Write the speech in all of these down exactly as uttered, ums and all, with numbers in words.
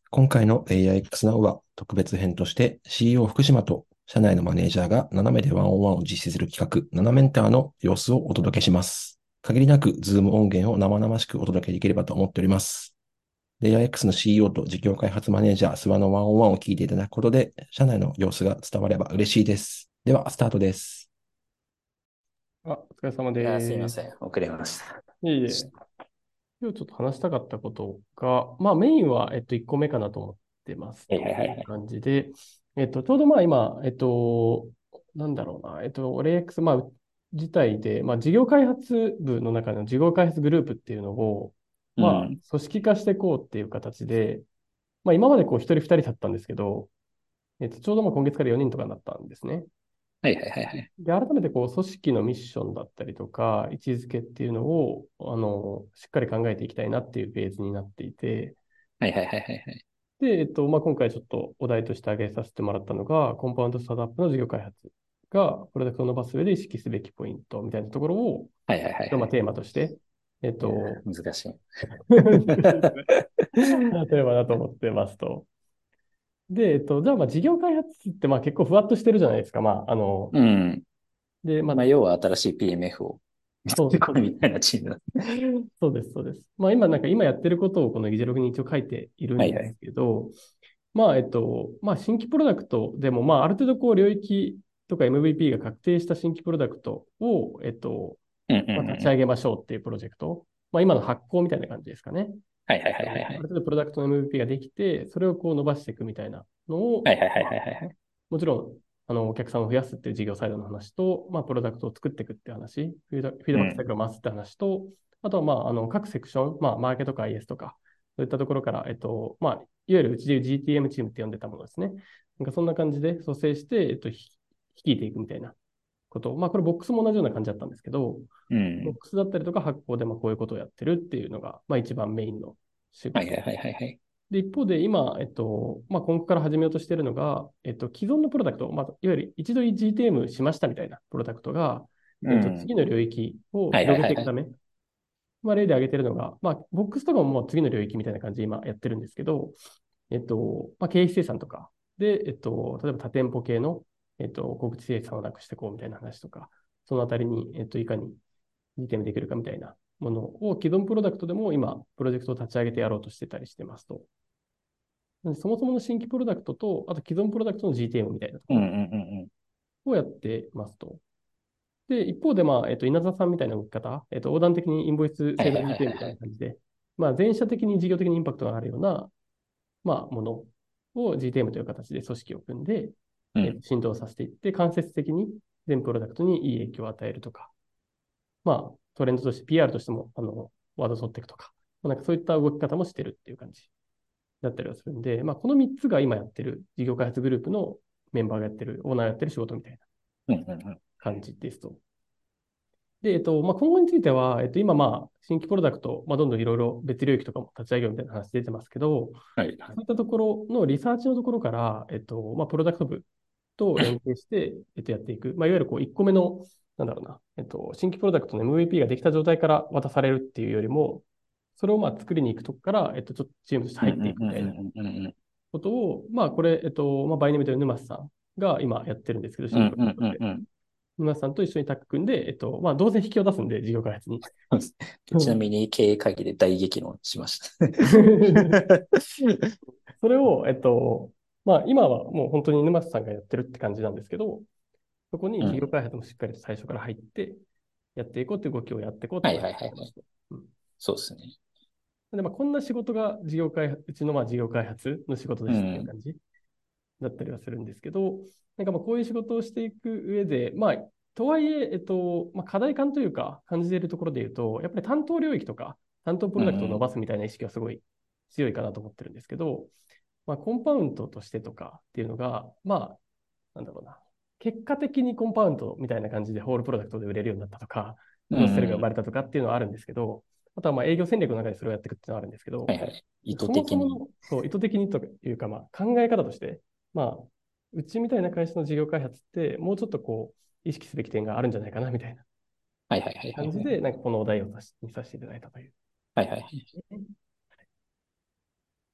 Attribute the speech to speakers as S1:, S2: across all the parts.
S1: 今回の エーアイエックス Now は特別編として シーイーオー 福島と社内のマネージャーが斜めでワンオンワンを実施する企画、ナナメンターの様子をお届けします。限りなく Zoom 音源を生々しくお届けできればと思っております。エーアイエックス の シーイーオー と事業開発マネージャー、諏訪のワンオンワンを聞いていただくことで、社内の様子が伝われば嬉しいです。では、スタートです。
S2: あ、お疲れ様
S3: いや、すいま
S2: です。
S3: せん。遅れました。
S2: いえいえ。今日ちょっと話したかったことが、まあメインは、えっと、いっこめかなと思ってます
S3: はいはいはい
S2: という
S3: はい。
S2: 感じで、えっと、ちょうどまあ今、えっと、なんだろうな、えっと、レイエックス、まあ、自体で、まあ事業開発部の中の事業開発グループっていうのを、まあ
S3: うん。
S2: 組織化していこうっていう形で、まあ今までこう一人二人だったんですけど、えっと、ちょうどまあ今月からよにんとかになったんですね。
S3: はいはいはいはい。
S2: で、改めてこう、組織のミッションだったりとか、位置づけっていうのを、あの、しっかり考えていきたいなっていうフェーズになっていて、
S3: はいはいはいはいはい。
S2: で、えっと、まあ、今回ちょっとお題として挙げさせてもらったのが、コンパウンドスタートアップの事業開発が、プロダクトを伸ばす上で意識すべきポイントみたいなところを、
S3: はいはいはい
S2: まあ、
S3: はい。
S2: テーマとして、えっ
S3: いや、
S2: と、
S3: 難しい。
S2: テーマだと思ってますと。で、えっと、じゃあ、まあ、事業開発ってまあ結構ふわっとしてるじゃないですか。まあ、あの、
S3: うん。
S2: で、まあ、
S3: まあ、要は新しい ピーエムエフ を見つけ
S2: そう
S3: 込むみたいなチームだ。
S2: そうです、そうです。まあ今なんか今やってることをこの議事録に一応書いているんです
S3: はいはい。
S2: けど、まあえっと、まあ新規プロダクトでもまあある程度こう領域とか エムブイピー が確定した新規プロダクトを、えっと、
S3: うんうんう
S2: まあ、
S3: んうん。
S2: 立ち上げましょうっていうプロジェクト。まあ今の発行みたいな感じですかね。
S3: はいはいは
S2: あの、
S3: いはいはい。
S2: ある程度プロダクトの エムブイピー ができて、それをこう伸ばしていくみたいなのを、
S3: はいはいはい
S2: まあ
S3: はいはいはい。
S2: もちろん、あの、お客さんを増やすっていう事業サイドの話と、まあ、プロダクトを作っていくっていう話、フィード、フィードバックサイ
S3: うん。
S2: クルを回すって話と、あとは、まあ、あの、各セクション、まあ、マーケとか アイエス とか、そういったところから、えっと、まあ、いわゆるうちでいう ジーティーエム チームって呼んでたものですね。なんかそんな感じで蘇生して、えっと、率いていくみたいなこと。まあ、これボックスも同じような感じだったんですけど、
S3: うん。
S2: ボックスだったりとか発行でまあこういうことをやってるっていうのが、まあ、一番メインの仕事。
S3: はいはいはいはいはい。
S2: で、一方で今、えっと、まあ、今後から始めようとしているのが、えっと、既存のプロダクト、まあ、いわゆる一度 ジーティーエム しましたみたいなプロダクトが、えっと、
S3: うん。
S2: 次の領域を
S3: はいはい
S2: 広げ
S3: はいはい。
S2: ていくため、まあ、例で挙げているのが、まあ、ボックスとかももう次の領域みたいな感じで今やってるんですけど、えっと、まあ、経費生産とかで、えっと、例えば多店舗系の、えっと、小口生産をなくしていこうみたいな話とか、そのあたりに、えっと、いかに ジーティーエム できるかみたいなものを既存プロダクトでも今、プロジェクトを立ち上げてやろうとしてたりしてますと。そもそもの新規プロダクトと、あと既存プロダクトの ジーティーエム みたいなところ
S3: うんうんうんうん。
S2: をやってますと。で、一方で、まあ、えっと、稲田さんみたいな動き方、えっと、横断的にインボイス制度
S3: はいはいはい
S2: ジーティーエム みたい
S3: はいはい。
S2: な感じで、まあ、全社的に事業的にインパクトがあるような、まあ、ものを ジーティーエム という形で組織を組んで、えっと、
S3: うん。
S2: 浸透させていって、間接的に全プロダクトにいい影響を与えるとか、まあ、トレンドとして ピーアール としても、あの、ワード取っていくとか、まあなんかそういった動き方もしてるっていう感じだったりはするんで、まあ、このみっつが今やってる事業開発グループのメンバーがやってる、オーナーがやってる仕事みたいな
S3: うんうんうん。
S2: 感じですと。で、えっと、まあ、今後については、えっと、今、まあ、新規プロダクト、まあ、どんどんいろいろ別領域とかも立ち上げようみたいな話出てますけど、
S3: はいはい。
S2: そういったところのリサーチのところから、えっと、まあ、プロダクト部と連携して、えっと、やっていく。まあ、いわゆるこう、いっこめの、なんだろうな、えっと、新規プロダクトの エムブイピー ができた状態から渡されるっていうよりも、それをまあ作りに行くとこから、えっと、ちょっとチームとして入って
S3: うんうんうん
S2: いくみたいな
S3: うんうんうん。
S2: ことを、まあ、これ、えっと、まあ、バイネミという沼津さんが今やってるんですけど、新規
S3: うんうん
S2: プロダクトで。
S3: うんうん。
S2: 沼津さんと一緒にタッグ組んで、えっと、まあ、当然引きを出すんで、事業開発に。
S3: そうですね。ちなみに経営会議で大激論しました。
S2: それを、えっと、まあ、今はもう本当に沼津さんがやってるって感じなんですけど、そこに事業
S3: うん。
S2: 開発もしっかりと最初から入って、やっていこうっていう動きをやっていこうって
S3: はい
S2: 話
S3: はいはいはい。
S2: をしてますと。うん。
S3: そうですね。
S2: で、まあ、こんな仕事が事業開発、うちのまあ事業開発の仕事ですっていう
S3: うん。
S2: 感じだったりはするんですけど、なんかまあこういう仕事をしていく上で、まあ、とはいえ、えっと、まあ、課題感というか、感じているところで言うと、やっぱり担当領域とか、担当プ
S3: う
S2: ロダクトを伸ば
S3: ん。
S2: すみたいな意識はすごい強いかなと思ってるんですけど、まあ、コンパウンドとしてとかっていうのが、まあ、なんだろうな。結果的にコンパウンドみたいな感じでホールプロダクトで売れるようになったとか、ク
S3: う
S2: ロスセルが生ま
S3: ん。
S2: れたとかっていうのはあるんですけど、あとはまあ営業戦略の中でそれをやっていくっていうのはあるんですけど、
S3: はいはい。意図
S2: そも
S3: 的に。
S2: そもの、そう、意図的にというか、まあ、考え方として、まあ、うちみたいな会社の事業開発って、もうちょっとこう、意識すべき点があるんじゃないかな、みたいな
S3: はいはいはいはいはい。
S2: 感じで、なんかこのお題をさしにさせていただいたという。
S3: はいはいはい。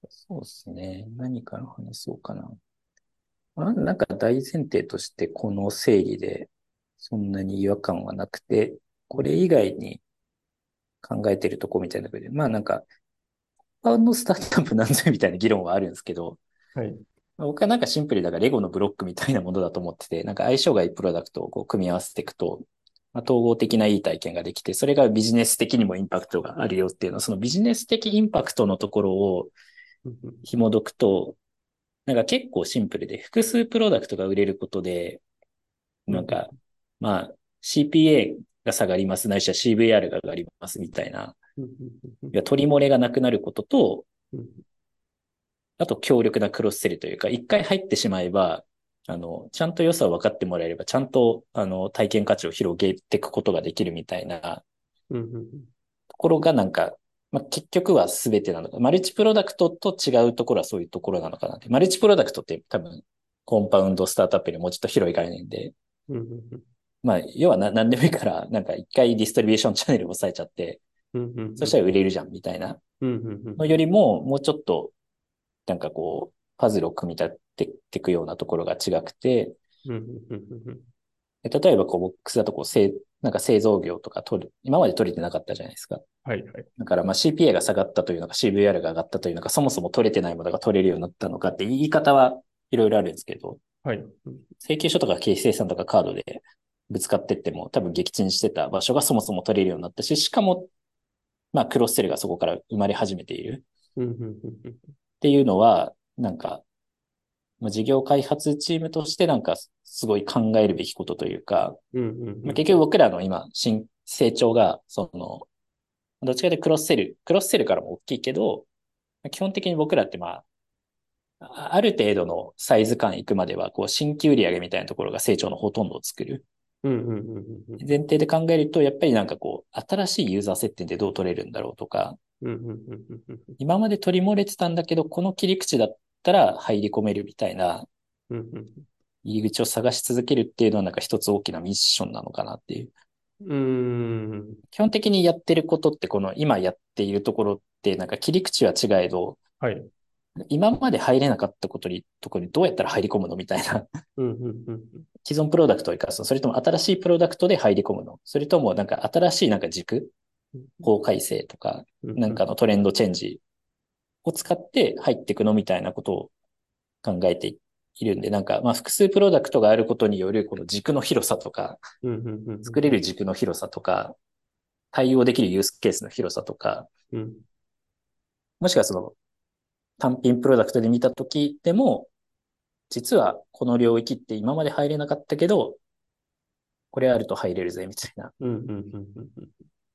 S3: そうですね。何から話そうかな。まあ、なんか大前提としてこの整理でそんなに違和感はなくて、これ以外に考えてるとこみたいなので、まあなんか、あのスタートアップなんぞみたいな議論はあるんですけど、
S2: はい。
S3: まあ僕はなんかシンプルだからレゴのブロックみたいなものだと思ってて、なんか相性がいいプロダクトをこう組み合わせていくと、まあ、統合的ないい体験ができて、それがビジネス的にもインパクトがあるよっていうのは、そのビジネス的インパクトのところを
S2: うんうん
S3: 紐解くと、なんか結構シンプルで、複数プロダクトが売れることで、なんか、
S2: うん
S3: まあ、シーピーエー が下がります、ないしは シーブイアール が上がりますみたいな、
S2: うんうん
S3: いや取り漏れがなくなることと、
S2: うん
S3: あと強力なクロスセルというか、一回入ってしまえば、あの、ちゃんと良さを分かってもらえれば、ちゃんと、あの、体験価値を広げていくことができるみたいな
S2: うんうん
S3: ところがなんか、まあ、結局は全てなのか。マルチプロダクトと違うところはそういうところなのかなって。マルチプロダクトって多分、コンパウンドスタートアップよりもうちょっと広い概念で、
S2: うんうん
S3: まあ、要はな何でもいいから、なんか一回ディストリビューションチャンネルを押さえちゃって、
S2: うんうん
S3: そしたら売れるじゃんみたいな
S2: うんうんうん
S3: のよりも、もうちょっと、なんかこう、パズルを組み立てていくようなところが違くて、
S2: うんうんうんうん
S3: 例えばこう、ボックスだとこう、製、なんか製造業とか取る、今まで取れてなかったじゃないですか。
S2: はいはい。
S3: だからまあ シーピーエー が下がったというのか シーブイアール が上がったというのか、そもそも取れてないものが取れるようになったのかって言い方はいろいろあるんですけど、
S2: はい。うん
S3: 請求書とか経費精算とかカードでぶつかってっても多分撃沈してた場所がそもそも取れるようになったし、しかもまあクロスセルがそこから生まれ始めている
S2: うんうんうん
S3: っていうのは、なんか、まあ、事業開発チームとしてなんかすごい考えるべきことというか、
S2: うんうん
S3: まあ、結局僕らの今、新成長が、その、どっちかでクロスセル、クロスセルからも大きいけど、基本的に僕らってまあ、ある程度のサイズ感いくまでは、こう、新規売上みたいなところが成長のほとんどを作る。
S2: うんうんうんうん
S3: 前提で考えると、やっぱりなんかこう、新しいユーザー接点でどう取れるんだろうとか、
S2: うんうんうんうんうん
S3: 今まで取り漏れてたんだけど、この切り口だったら入り込めるみたいな
S2: うんうん
S3: 入り口を探し続けるっていうのはなんか一つ大きなミッションなのかなっていう。
S2: うん
S3: 基本的にやってることってこの今やっているところってなんか切り口は違えど、
S2: はい。
S3: 今まで入れなかったことに、ところにどうやったら入り込むのみたいな。
S2: うんうんうん
S3: 既存プロダクトを生かすのそれとも新しいプロダクトで入り込むのそれともなんか新しいなんか軸、法改正とか、
S2: うん
S3: なんかのトレンドチェンジを使って入っていくのみたいなことを考えているんで、なんかまあ複数プロダクトがあることによるこの軸の広さとか、
S2: うんうんうん
S3: 作れる軸の広さとか、対応できるユースケースの広さとか、
S2: うん
S3: もしくはその単品プロダクトで見たときでも、実はこの領域って今まで入れなかったけど、これあると入れるぜみたいな。
S2: うんうんうんうんうん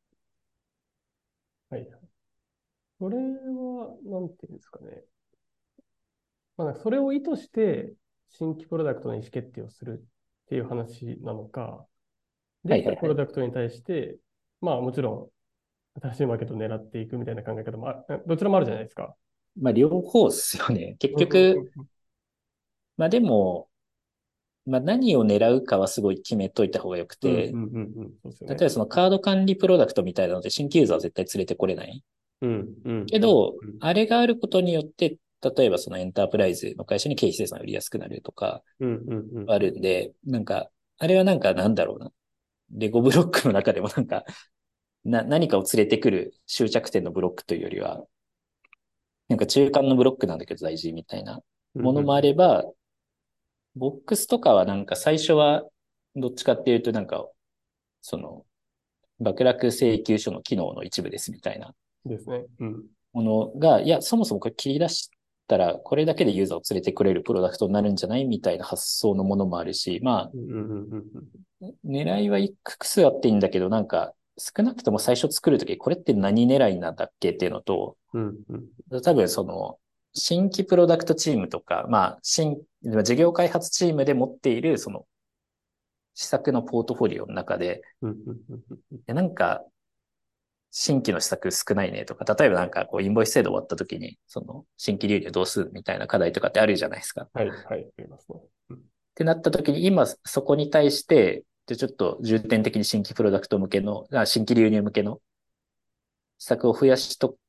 S2: はい。それは、なんていうんですかね。まあ、それを意図して、新規プロダクトの意思決定をするっていう話なのか、できたプ
S3: はいはいはい。
S2: ロダクトに対して、まあもちろん新しいマーケットを狙っていくみたいな考え方もあ、どちらもあるじゃないですか。
S3: まあ両方ですよね。結
S2: うんうん
S3: 局、まあでも、まあ何を狙うかはすごい決めといた方がよくて、
S2: うんうんうんうん。そうですよね。
S3: 例えばそのカード管理プロダクトみたいなので新規ユーザーは絶対連れてこれない。
S2: うんうんうん
S3: けど、
S2: うん
S3: あれがあることによって、例えばそのエンタープライズの会社に経費生産売りやすくなるとか
S2: うんうんうん
S3: あるんで、なんか、あれはなんかなんだろうな。レゴブロックの中でもなんか、な、何かを連れてくる終着点のブロックというよりは、なんか中間のブロックなんだけど大事みたいなものもあ
S2: うんうん
S3: れば、ボックスとかはなんか最初はどっちかっていうとなんか、その、爆落請求書の機能の一部ですみたいな
S2: ですね。うん。
S3: ものが、いや、そもそもこれ切り出したら、これだけでユーザーを連れてくれるプロダクトになるんじゃないみたいな発想のものもあるし、ま
S2: うんうんうんうん
S3: あ、狙いは複数あっていいんだけど、なんか、少なくとも最初作るとき、これって何狙いなんだっけっていうのと、
S2: うんうん
S3: 多分その、新規プロダクトチームとか、まあ、新、事業開発チームで持っている、その、施策のポートフォリオの中で、
S2: うんうんうんうん
S3: なんか、新規の施策少ないねとか、例えばなんかこうインボイス制度終わった時に、その新規流入どうするみたいな課題とかってあるじゃないですか。っ
S2: はいはい、ありますね。うん
S3: てなった時に今そこに対して、じゃちょっと重点的に新規プロダクト向けの、あ新規流入向けの施策を増やしと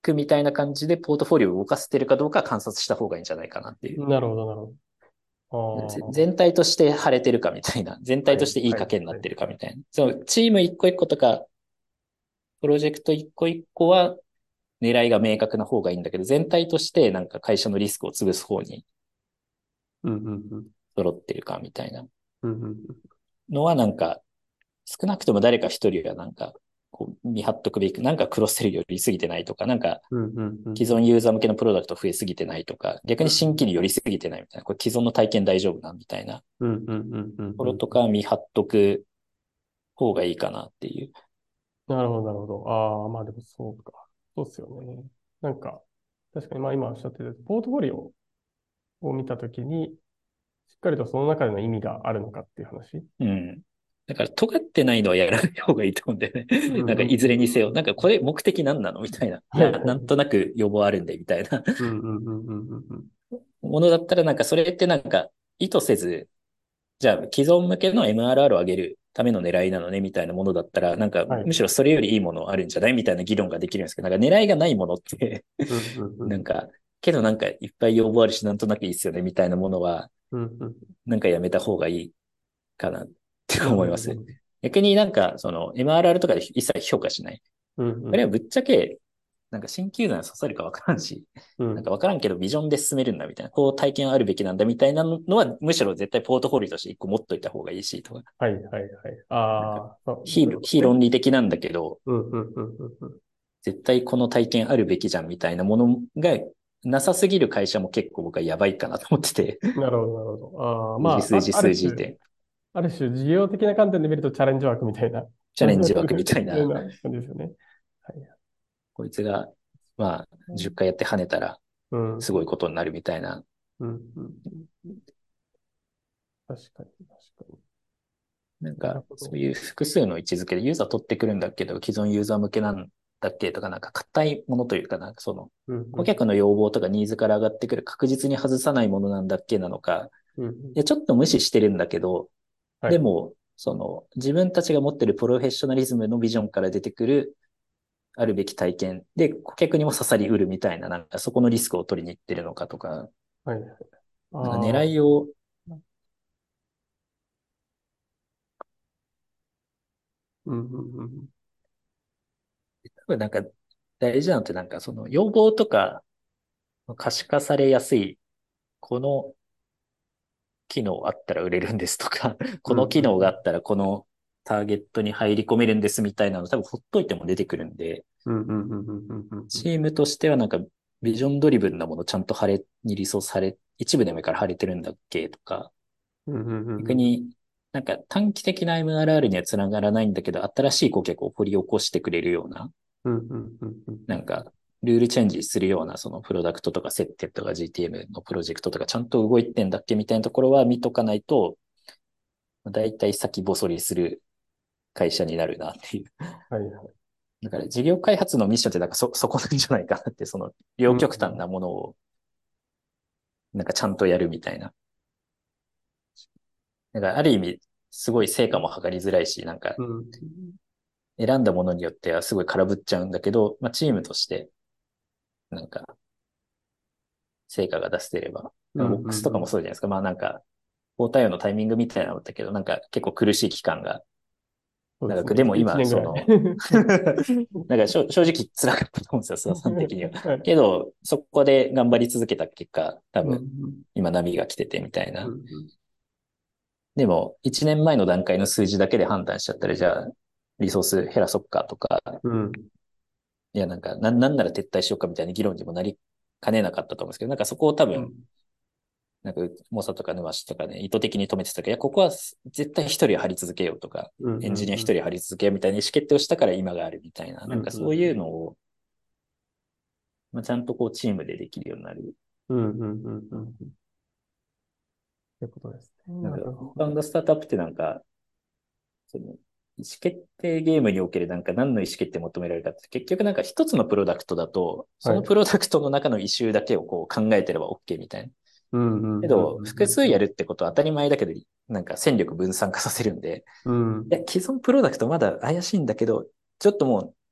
S3: クみたいな感じでポートフォリオを動かせてるかどうか観察した方がいいんじゃないかなっていう。
S2: なるほど、なるほど。ああ。
S3: 全体として腫れてるかみたいな。全
S2: はい、
S3: 体としていい
S2: はい、
S3: 賭けにな
S2: はい。
S3: ってるかみたいな。そのチーム一個一個とか、プロジェクト一個一個は狙いが明確な方がいいんだけど、全体としてなんか会社のリスクを潰す方に
S2: うん、うん、うん。
S3: 揃ってるかみたいな
S2: うん、うん。
S3: のはなんか、少なくとも誰か一人はなんか、こう見張っとくべき、なんかクロスセル寄りすぎてないとか、なんか
S2: うん、うん、うん。
S3: 既存ユーザー向けのプロダクト増えすぎてないとか、逆に新規に寄りすぎてないみたいな、これ既存の体験大丈夫なみたいな
S2: うん、うん、うん、うん。
S3: ところとか見張っとく方がいいかなっていう。
S2: なるほど、なるほど。ああ、まあでもそうか。そうっすよね。なんか、確かにまあ今おっしゃってた、ポートフォリオを見たときに、しっかりとその中での意味があるのかっていう話。
S3: うん。だから、尖ってないのはやらない方がいいと思うんだよね。
S2: うん、
S3: なんか、
S2: うん、
S3: いず
S2: うん。
S3: れにせよ。なんか、これ目的何なのみたいな。い
S2: はい、
S3: や、
S2: はい。
S3: なんとなく予防あるんで、みたいな
S2: うん、うん、うん、うん、うん。うん。
S3: ものだったら、なんか、それってなんか、意図せず、じゃあ、既存向けの エムアールアール を上げるための狙いなのね、みたいなものだったら、なんか、
S2: はい。
S3: むしろそれよりいいものあるんじゃないみたいな議論ができるんですけど、なんか、狙いがないものって
S2: うん、うん、うん。
S3: なんか、けどなんか、いっぱい要望あるし、なんとなくいいっすよね、みたいなものは、
S2: うん、うん。
S3: なんかやめた方がいいかなって
S2: なるほど、
S3: 思います。
S2: なるほど。
S3: 逆になんか、その エムアールアール とかで一切評価しない。
S2: うん、うん。
S3: これはぶっちゃけ、なんか新球団に刺さるかわからんし、
S2: うん。
S3: なんかわからんけどビジョンで進めるんだみたいな、こう体験あるべきなんだみたいなのは、むしろ絶対ポートフォリオとして一個持っといた方がいいし、とか、
S2: はい、はい、はい。
S3: なんか、
S2: ああ、そう、
S3: 非、非
S2: そういうことですね。
S3: 論理的なんだけど、
S2: うん、うん、うん、うん。うん。
S3: 絶対この体験あるべきじゃんみたいなものがなさすぎる会社も結構僕はやばいかなと思ってて、
S2: なるほど、なるほど。ああ、
S3: 数字
S2: まあ、あ、
S3: 数字
S2: ある種、
S3: 数字で、
S2: ある種、事業的な観点で見るとチャレンジ枠みたいな、
S3: チャレンジ枠みたい
S2: よう
S3: な、
S2: な感じですよね。はい。
S3: こいつが、まあ、じゅっかいやって跳ねたら、
S2: うん、うん、
S3: すごいことになるみたいな。
S2: うん。うん。確かに、確かに。
S3: なんか、
S2: なるほど。
S3: そういう複数の位置づけでユーザー取ってくるんだけど、既存ユーザー向けなんだっけとか、なんか硬いものというか、なんかその、
S2: うん、うん、
S3: 顧客の要望とかニーズから上がってくる確実に外さないものなんだっけなのか、
S2: うん。うん。
S3: いや、ちょっと無視してるんだけど、
S2: はい。
S3: でも、その、自分たちが持ってるプロフェッショナリズムのビジョンから出てくるあるべき体験で、顧客にも刺さりうるみたいな、なんかそこのリスクを取りに行ってるのかとか、
S2: はい。
S3: なんか
S2: ああ、
S3: 狙いを、
S2: うん、うん、うん。
S3: 多分なんか大事なのってなんかその要望とか可視化されやすい、この機能あったら売れるんですとか、こ
S2: うん、
S3: の機
S2: うん、うん。
S3: 能があったらこのターゲットに入り込めるんですみたいなの多分ほっといても出てくるんで、
S2: うん、うん、うん、うん、うん。うん。うん。
S3: チームとしてはなんかビジョンドリブンなものちゃんと晴れにリソースされ、一部でもいいから晴れてるんだっけとか、
S2: うん、うん。うん。
S3: 逆になんか短期的な エムアールアール にはつながらないんだけど、新しい顧客を掘り起こしてくれるような、
S2: うん、うん。うん。うん。
S3: なんか、ルールチェンジするような、そのプロダクトとかセッテッドとか ジーティーエム のプロジェクトとかちゃんと動いてんだっけみたいなところは見とかないと、だいたい先細りする会社になるなっていう。
S2: はい、はい。
S3: だから事業開発のミッションってなんかそ、そこなんじゃないかなって、その
S2: うん。
S3: 両極端なものをなんかちゃんとやるみたいな。だからある意味、すごい成果も測りづらいし、なんか
S2: うん。
S3: 選んだものによってはすごい空振っちゃうんだけど、まあチームとしてなんか成果が出せてれば、
S2: うん。
S3: ボックスとか
S2: うん。
S3: もそうじゃないですか。まあなんか、交代のタイミングみたいなのだったけど、なんか結構苦しい期間が長く、
S2: そうですね。一一
S3: でも今、
S2: 年ぐらい。
S3: そのなんか正直辛かったと思うんですよ、菅さん的には。
S2: はい。
S3: けど、そこで頑張り続けた結果、多
S2: う
S3: 分、
S2: ん。
S3: 今波が来ててみたい
S2: うん。
S3: な。
S2: うん。
S3: でも、いちねんまえの段階の数字だけで判断しちゃったら、じゃあ、リソース減らそっかとか、
S2: うん。
S3: いや、なんか、なんなんなら撤退しようかみたいな議論にもなりかねなかったと思うんですけど、なんかそこを多分、
S2: うん。
S3: なんか、猛者とか沼師とかね、意図的に止めてたけど、いや、ここは絶対一人張り続けようとか、
S2: うん。
S3: エンジニア
S2: うん。
S3: 一人張り続けようみたいな意思決定をしたから今があるみたいな、
S2: うん。
S3: なんかそういう
S2: うん。
S3: のを、まあ、ちゃんとこうチームでできるようになる。
S2: うん。うん。うん。うん。ということですね。
S3: なんか、
S2: なる
S3: インバウン
S2: ほど。
S3: ドスタートアップってなんか、その、意思決定ゲームにおけるなんか何の意思決定求められるかって、結局なんか一つのプロダクトだと、そ
S2: はい。
S3: のプロダクトの中のイシューだけをこう考えてれば OK みたいな。
S2: うん。うん。うん。
S3: けど、複数やるってことは当たり前だけど、なんか戦力分散化させるんで、
S2: うん。うん。
S3: いや、既存プロダクトまだ怪しいんだけど、ちょっともう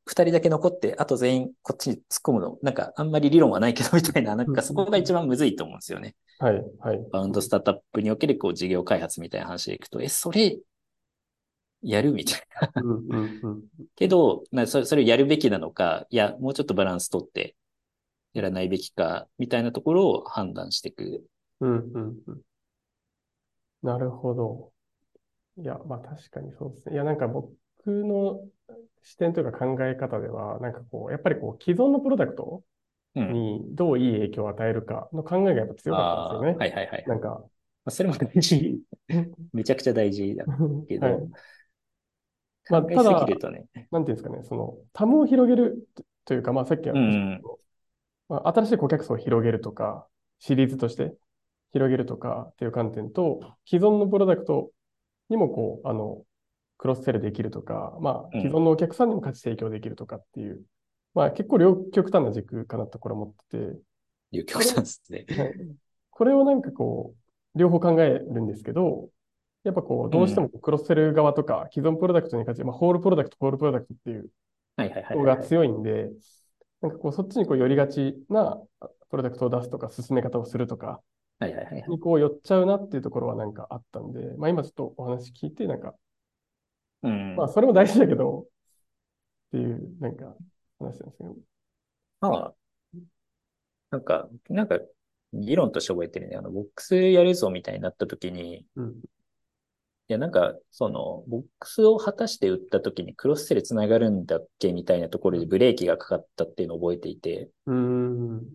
S3: 二人だけ残って、あと全員こっちに突っ込むの、なんかあんまり理論はないけどみたいな、なんかそこが一番むずいと思うんですよね。
S2: はい、はい。
S3: バウンドスタートアップにおけるこう事業開発みたいな話でいくと、え、それやるみたいな。
S2: うん、うん、うん。
S3: けど、なそれ、それをやるべきなのか、いや、もうちょっとバランス取ってやらないべきか、みたいなところを判断していく。
S2: うん、うん、うん。なるほど。いや、まあ確かにそうですね。いや、なんか僕の視点というか考え方では、なんかこう、やっぱりこう、既存のプロダクト
S3: うん。
S2: にどういい影響を与えるかの考えがやっぱ強かったんですよ
S3: ああ、
S2: ね。
S3: はいはいはい。
S2: なんか、
S3: まあ、それも大事。めちゃくちゃ大事だけど、
S2: はい。まあ、
S3: 考えすぎ
S2: ただ、
S3: るとね。
S2: なんていうんですかね、その、タムを広げるというか、まあさっきは
S3: う
S2: 確か
S3: ん。
S2: に、まあ、新しい顧客層を広げるとか、シリーズとして広げるとかっていう観点と、既存のプロダクトにもこう、あの、クロスセルできるとか、まあ、
S3: うん。
S2: 既存のお客さんにも価値提供できるとかっていう、まあ、結構両極端な軸かなとこれは思ってて、
S3: いう極
S2: これ、
S3: 端ですね。
S2: はい、これをなんかこう、両方考えるんですけど、やっぱこう、どうしても
S3: うん。
S2: クロスセル側とか、既存プロダクトに関して、まあ、ホールプロダクト、ホールプロダクトっていう
S3: はいはいはい
S2: 方が
S3: はいはい。
S2: 強いんで、なんかこう、そっちにこう寄りがちなプロダクトを出すとか、進め方をするとか、
S3: はいはいはいはい。
S2: にこう寄っちゃうなっていうところはなんかあったんで、まあ今ちょっとお話聞いて、なんか、まあ
S3: うん。
S2: それも大事だけど、っていう、なんか話なんですけど。
S3: まあ、なんか、なんか、議論として覚えてるね。あの、ボックスやるぞみたいになった時に、い
S2: うん。
S3: や、なんか、その、ボックスを果たして打った時にクロスセル繋がるんだっけみたいなところでブレーキがかかったっていうのを覚えていて、
S2: うん。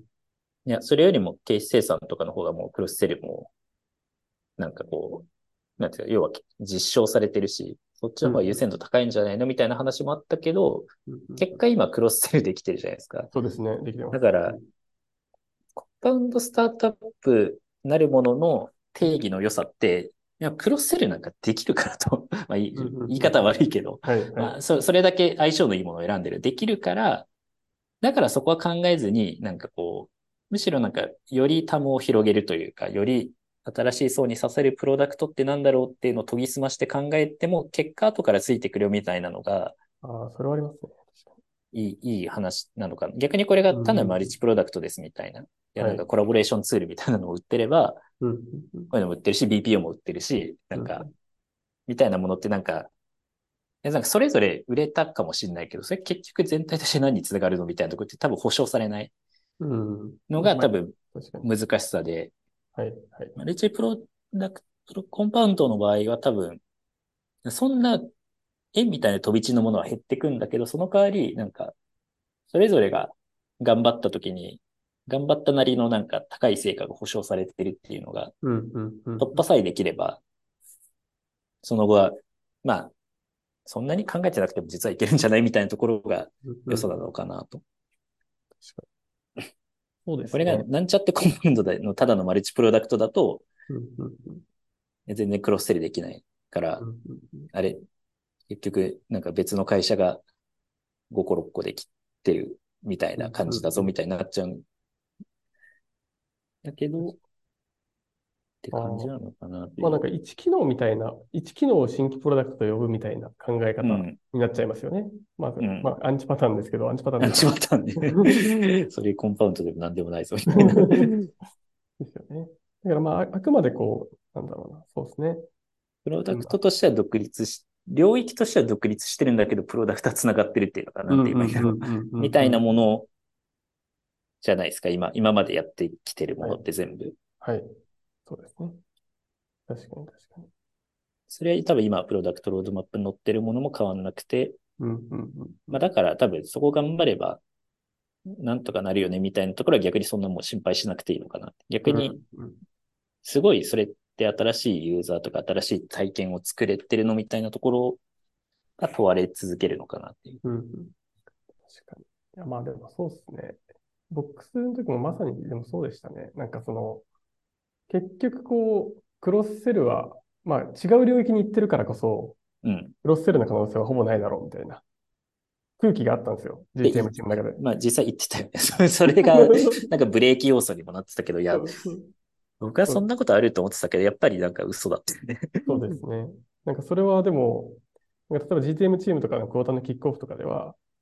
S3: いや、それよりもケース生産とかの方がもうクロスセルも、なんかこう、なんていうか、要は実証されてるし、そっち
S2: うん。
S3: の方が優先度高いんじゃないのみたいな話もあったけど、
S2: うん。
S3: 結果今クロスセルできてるじゃないですか。
S2: そうですね。できてます。
S3: だから、コンパウンドスタートアップなるものの定義の良さって、いや、クロスセルなんかできるからと。まあ、い
S2: うん。うん。
S3: 言い方は悪いけど、
S2: はい。はい。
S3: まあ、そ、それだけ相性のいいものを選んでる。できるから、だからそこは考えずに、なんかこう、むしろなんか、よりタムを広げるというか、より新しい層に刺さるプロダクトってなんだろうっていうのを研ぎ澄まして考えても、結果後からついてくるよみたいなのが、
S2: ああ、それはありますね。確か
S3: いい、いい話なのかな。逆にこれが
S2: に。う
S3: 単なるマル
S2: ん。
S3: チプロダクトですみたいな。いや、
S2: はい。
S3: なんかコラボレーションツールみたいなのを売ってれば、
S2: うん。うん。
S3: こういうのも売ってるし、ビーピーオー も売ってるし、なんか、
S2: うん。
S3: みたいなものってなんか、いやなんかそれぞれ売れたかもしれないけど、それ結局全体として何につながるのみたいなところって多分保証されない
S2: うん。
S3: の
S2: なんかまあ、
S3: が多分
S2: 確かに。
S3: 難しさで、
S2: はい。はい。
S3: マルチプロダクト、コンパウンドの場合は多分、そんな円みたいな飛び地のものは減ってくんだけど、その代わり、なんか、それぞれが頑張った時に、頑張ったなりのなんか高い成果が保証されてるっていうのが、
S2: うん。うん。うん。
S3: 突破さえできれば、その後は、まあ、そんなに考えてなくても実はいけるんじゃないみたいなところが
S2: うん。うん。
S3: 良さなのかなと。
S2: 確かに。そうで
S3: これが
S2: すね。
S3: なんちゃってコンパウンドのただのマルチプロダクトだと、
S2: うん。うん。うん。
S3: 全然クロスセルできないから、
S2: うん。うん。
S3: あれ、結局、なんか別の会社がごころっこで切ってるみたい
S2: うん。
S3: な感じだぞみたいになっちゃうんだけど、って
S2: ああ。
S3: 感じなのかなという。
S2: まあなんか一機能みたいな、一機能を新規プロダクトと呼ぶみたいな考え方
S3: うん、
S2: になっちゃいますよね。まず、
S3: うん。
S2: まあアンチパターンですけど、アンチパターンと
S3: アン
S2: いうか
S3: チパターンね。それコンパウンドでも何でもないぞみたいな。
S2: ですよね。だからまあ、ああくまでこう、なんだろうな、そうですね。
S3: プロダクト
S2: 今。
S3: としては独立し、領域としては独立してるんだけど、プロダクトは繋がってるっていうのかな
S2: うん
S3: んて今言うの。
S2: うんうんうんう
S3: みたいな
S2: んうん。
S3: ものじゃないですか。今、今までやってきてるも
S2: はい。
S3: のって全部。
S2: はい。そうですね。確かに確かに。
S3: それは多分今、プロダクトロードマップに載ってるものも変わんなくて、
S2: うんうんうんうん。
S3: まあだから多分そこ頑張れば、なんとかなるよねみたいなところは逆にそんなもう心配しなくていいのかな。逆に、
S2: うんうん
S3: すごいそれって新しいユーザーとか新しい体験を作れてるのみたいなところが問われ続けるのかなっていう。
S2: うんうん。確かに。いや、まあでもそうですね。ボックスの時もまさにでもそうでしたね。なんかその、結局こう、クロスセルは、まあ違う領域に行ってるからこそ、
S3: うん。
S2: クロスセルの可能性はほぼないだろうみたいな空気があったんですよ。
S3: で、
S2: ジーティーエム チームの中で。
S3: まあ実際言ってたよね。それそれが、なんかブレーキ要素にもなってたけど、いや、僕はそんなことあると思ってたけど、やっぱりなんか嘘だったよね。
S2: そうですね。なんかそれはでも、なんか例えば ジーティーエム チームとかのクォーターのキックオフとかでは、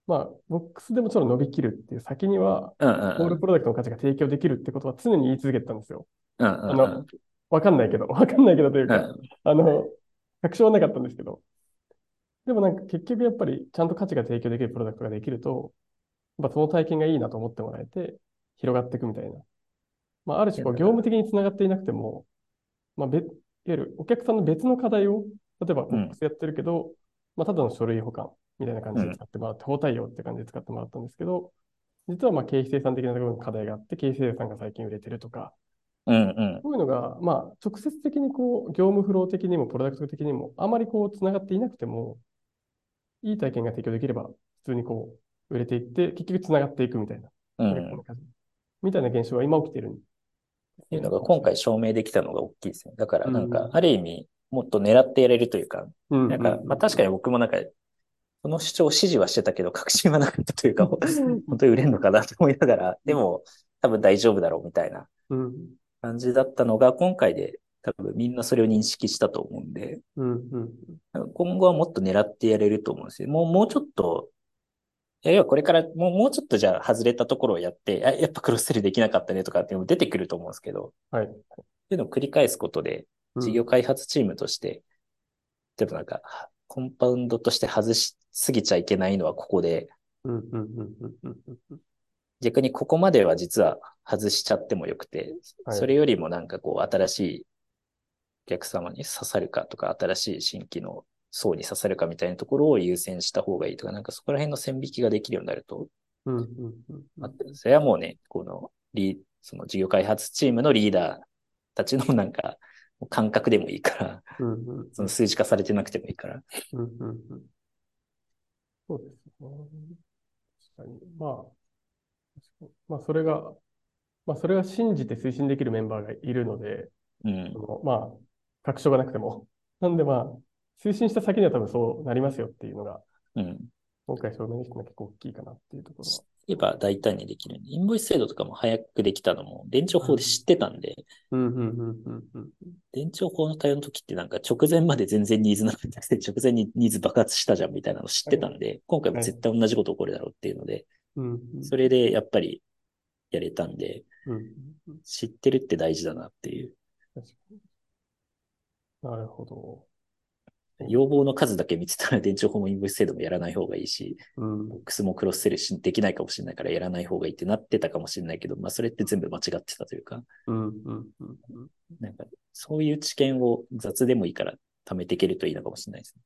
S2: まあ、ボックスでもちろん伸びきるっていう先には、
S3: うんう
S2: ゴール
S3: ん
S2: プロダクトの価値が提供できるってことは常に言い続けてたんですよ。
S3: うんうんうんうん
S2: あの、わかんないけど、わかんないけどというか、
S3: うん
S2: あの、確証はなかったんですけど、でもなんか結局やっぱりちゃんと価値が提供できるプロダクトができると、やっぱその体験がいいなと思ってもらえて、広がっていくみたいな。まあ、ある種こう業
S3: いやだから、
S2: 務的につながっていなくても、まあ、別、いわゆるお客さんの別の課題を、例えばボック
S3: うん、
S2: スやってるけど、まあ、ただの書類保管みたいな感じで
S3: うん、
S2: 使ってもらって、法対応って感じで使ってもらったんですけど、実はまあ経費生産的なところに課題があって、経費生産が最近売れてるとか、
S3: うん、うん。
S2: こういうのが、まあ、直接的にこう、業務フロー的にも、プロダクト的にも、あまりこう、つながっていなくても、いい体験が提供できれば、普通にこう、売れていって、結局つながっていくみたいな、なんかこん
S3: うん。
S2: な感じ。みたいな現象が今起きてるんですね。
S3: っていうのが今回証明できたのが大きいですね。だからなんか、
S2: うん。
S3: ある意味、もっと狙ってやれるというか、
S2: うん、うん、
S3: なんか、まあ確かに僕もなんか、その主張を支持はしてたけど、確信はなかったというか、本当に売れるのかなと思いながら、でも多分大丈夫だろうみたいな
S2: うん、
S3: 感じだったのが、今回で多分みんなそれを認識したと思うんで、
S2: うん、うん、
S3: 今後はもっと狙ってやれると思うんですよ。もう、もうちょっと、いや、要はこれからもう、もうちょっとじゃあ外れたところをやって、あやっぱクロスセルできなかったねとかっていうのも出てくると思うんですけど、
S2: はい。
S3: っていうのを繰り返すことで、事業
S2: うん、
S3: 開発チームとして、例えばなんか、コンパウンドとして外しすぎちゃいけないのはここで、
S2: うん、うん、うん、うん、うん、うん。
S3: 逆にここまでは実は外しちゃってもよくて、
S2: はい。
S3: それよりもなんかこう、新しいお客様に刺さるかとか、新しい新規の層に刺さるかみたいなところを優先した方がいいとか、なんかそこら辺の線引きができるようになると、
S2: うん、うん、うん、う
S3: まあ
S2: ん。
S3: それはもうね、このリー、その事業開発チームのリーダーたちのなんか、感覚でもいいから、
S2: うん、うん、うん、
S3: その数字化されてなくてもいいから。
S2: うん、うん。そうですね。確かに。まあ、まあ、それが、まあ、それが信じて推進できるメンバーがいるので、
S3: うん。
S2: そのまあ、確証がなくても。なんでまあ、推進した先には多分そうなりますよっていうのが、
S3: うん。
S2: 今回証明できたのは結構大きいかなっていうところは
S3: 言え
S2: ありますね。
S3: ば大胆にできるんで、インボイス制度とかも早くできたのも、電帳
S2: うん。
S3: 法で知ってたんで、
S2: うん、うん、うん、うん、うん。
S3: 電帳法の対応の時ってなんか直前まで全然ニーズなくて、直前にニーズ爆発したじゃんみたいなの知っ
S2: はい。
S3: てたんで、今回も
S2: はい。
S3: 絶対同じこと起こるだろうっていうので、
S2: うん、うん、
S3: それでやっぱりやれたんで、
S2: うん。うん。
S3: 知ってるって大事だなっていう。
S2: 確かに。なるほど。そ
S3: 要望の数だけ見てたら電帳法もインボイス制度もやらない方がいいし、
S2: う。うん。
S3: ボックスもクロスセルしできないかもしれないからやらない方がいいってなってたかもしれないけど、まあそれって全部間違ってたというか、
S2: うん、うん、うん。うん。
S3: なんかそういう知見を雑でもいいから貯めていけるといいのかもしれないですね。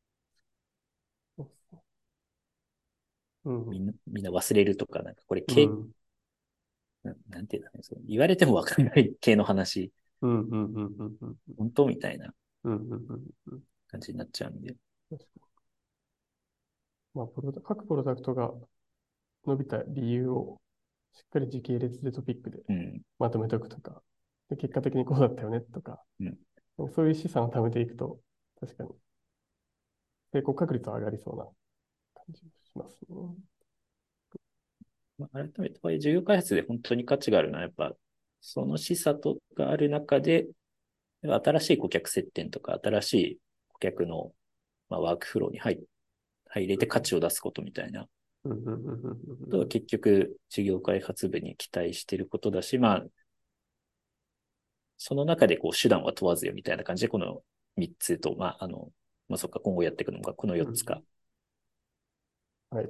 S2: うん。
S3: みんな、みんな忘れるとか、なんかこれ、け
S2: うん。
S3: ななんていうんだね、そう言われてもわかんない系の話、
S2: うん、うん、うん、うん。うん。
S3: 本当みたいな
S2: うん、うん、うん。うん。
S3: 感じになっちゃうんで。
S2: 確かに。まあ、プロダ各プロダクトが伸びた理由をしっかり時系列でトピックで
S3: うん。
S2: まとめておくとか、で結果的にこうだったよねとか、
S3: うん。
S2: なんかそういう資産を貯めていくと、確かに成功確率は上がりそうな感じがしますね。
S3: まあ、改めて、こういう事業開発で本当に価値があるのは、やっぱ、その示唆とかある中で、新しい顧客接点とか、新しい顧客の、まあ、ワークフローに入入れて価値を出すことみたいな
S2: うん、うん、うん、うん、
S3: ことは結局、事業開発部に期待していることだし、まあ、その中でこう手段は問わずよみたいな感じで、このみっつと、まあ、あの、まあ、そっか、今後やっていくのがこの
S2: うん。
S3: よっつか。
S2: はい。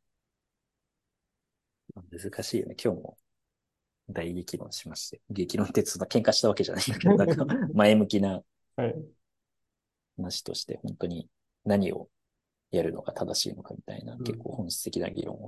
S3: 難しいよね。今日も大激論しまして。激論ってそんな喧嘩したわけじゃないんだけど、なんか前向きな
S2: はい。
S3: 話として、本当に何をやるのが正しいのかみたいな、
S2: うん。
S3: 結構本質的な議論を。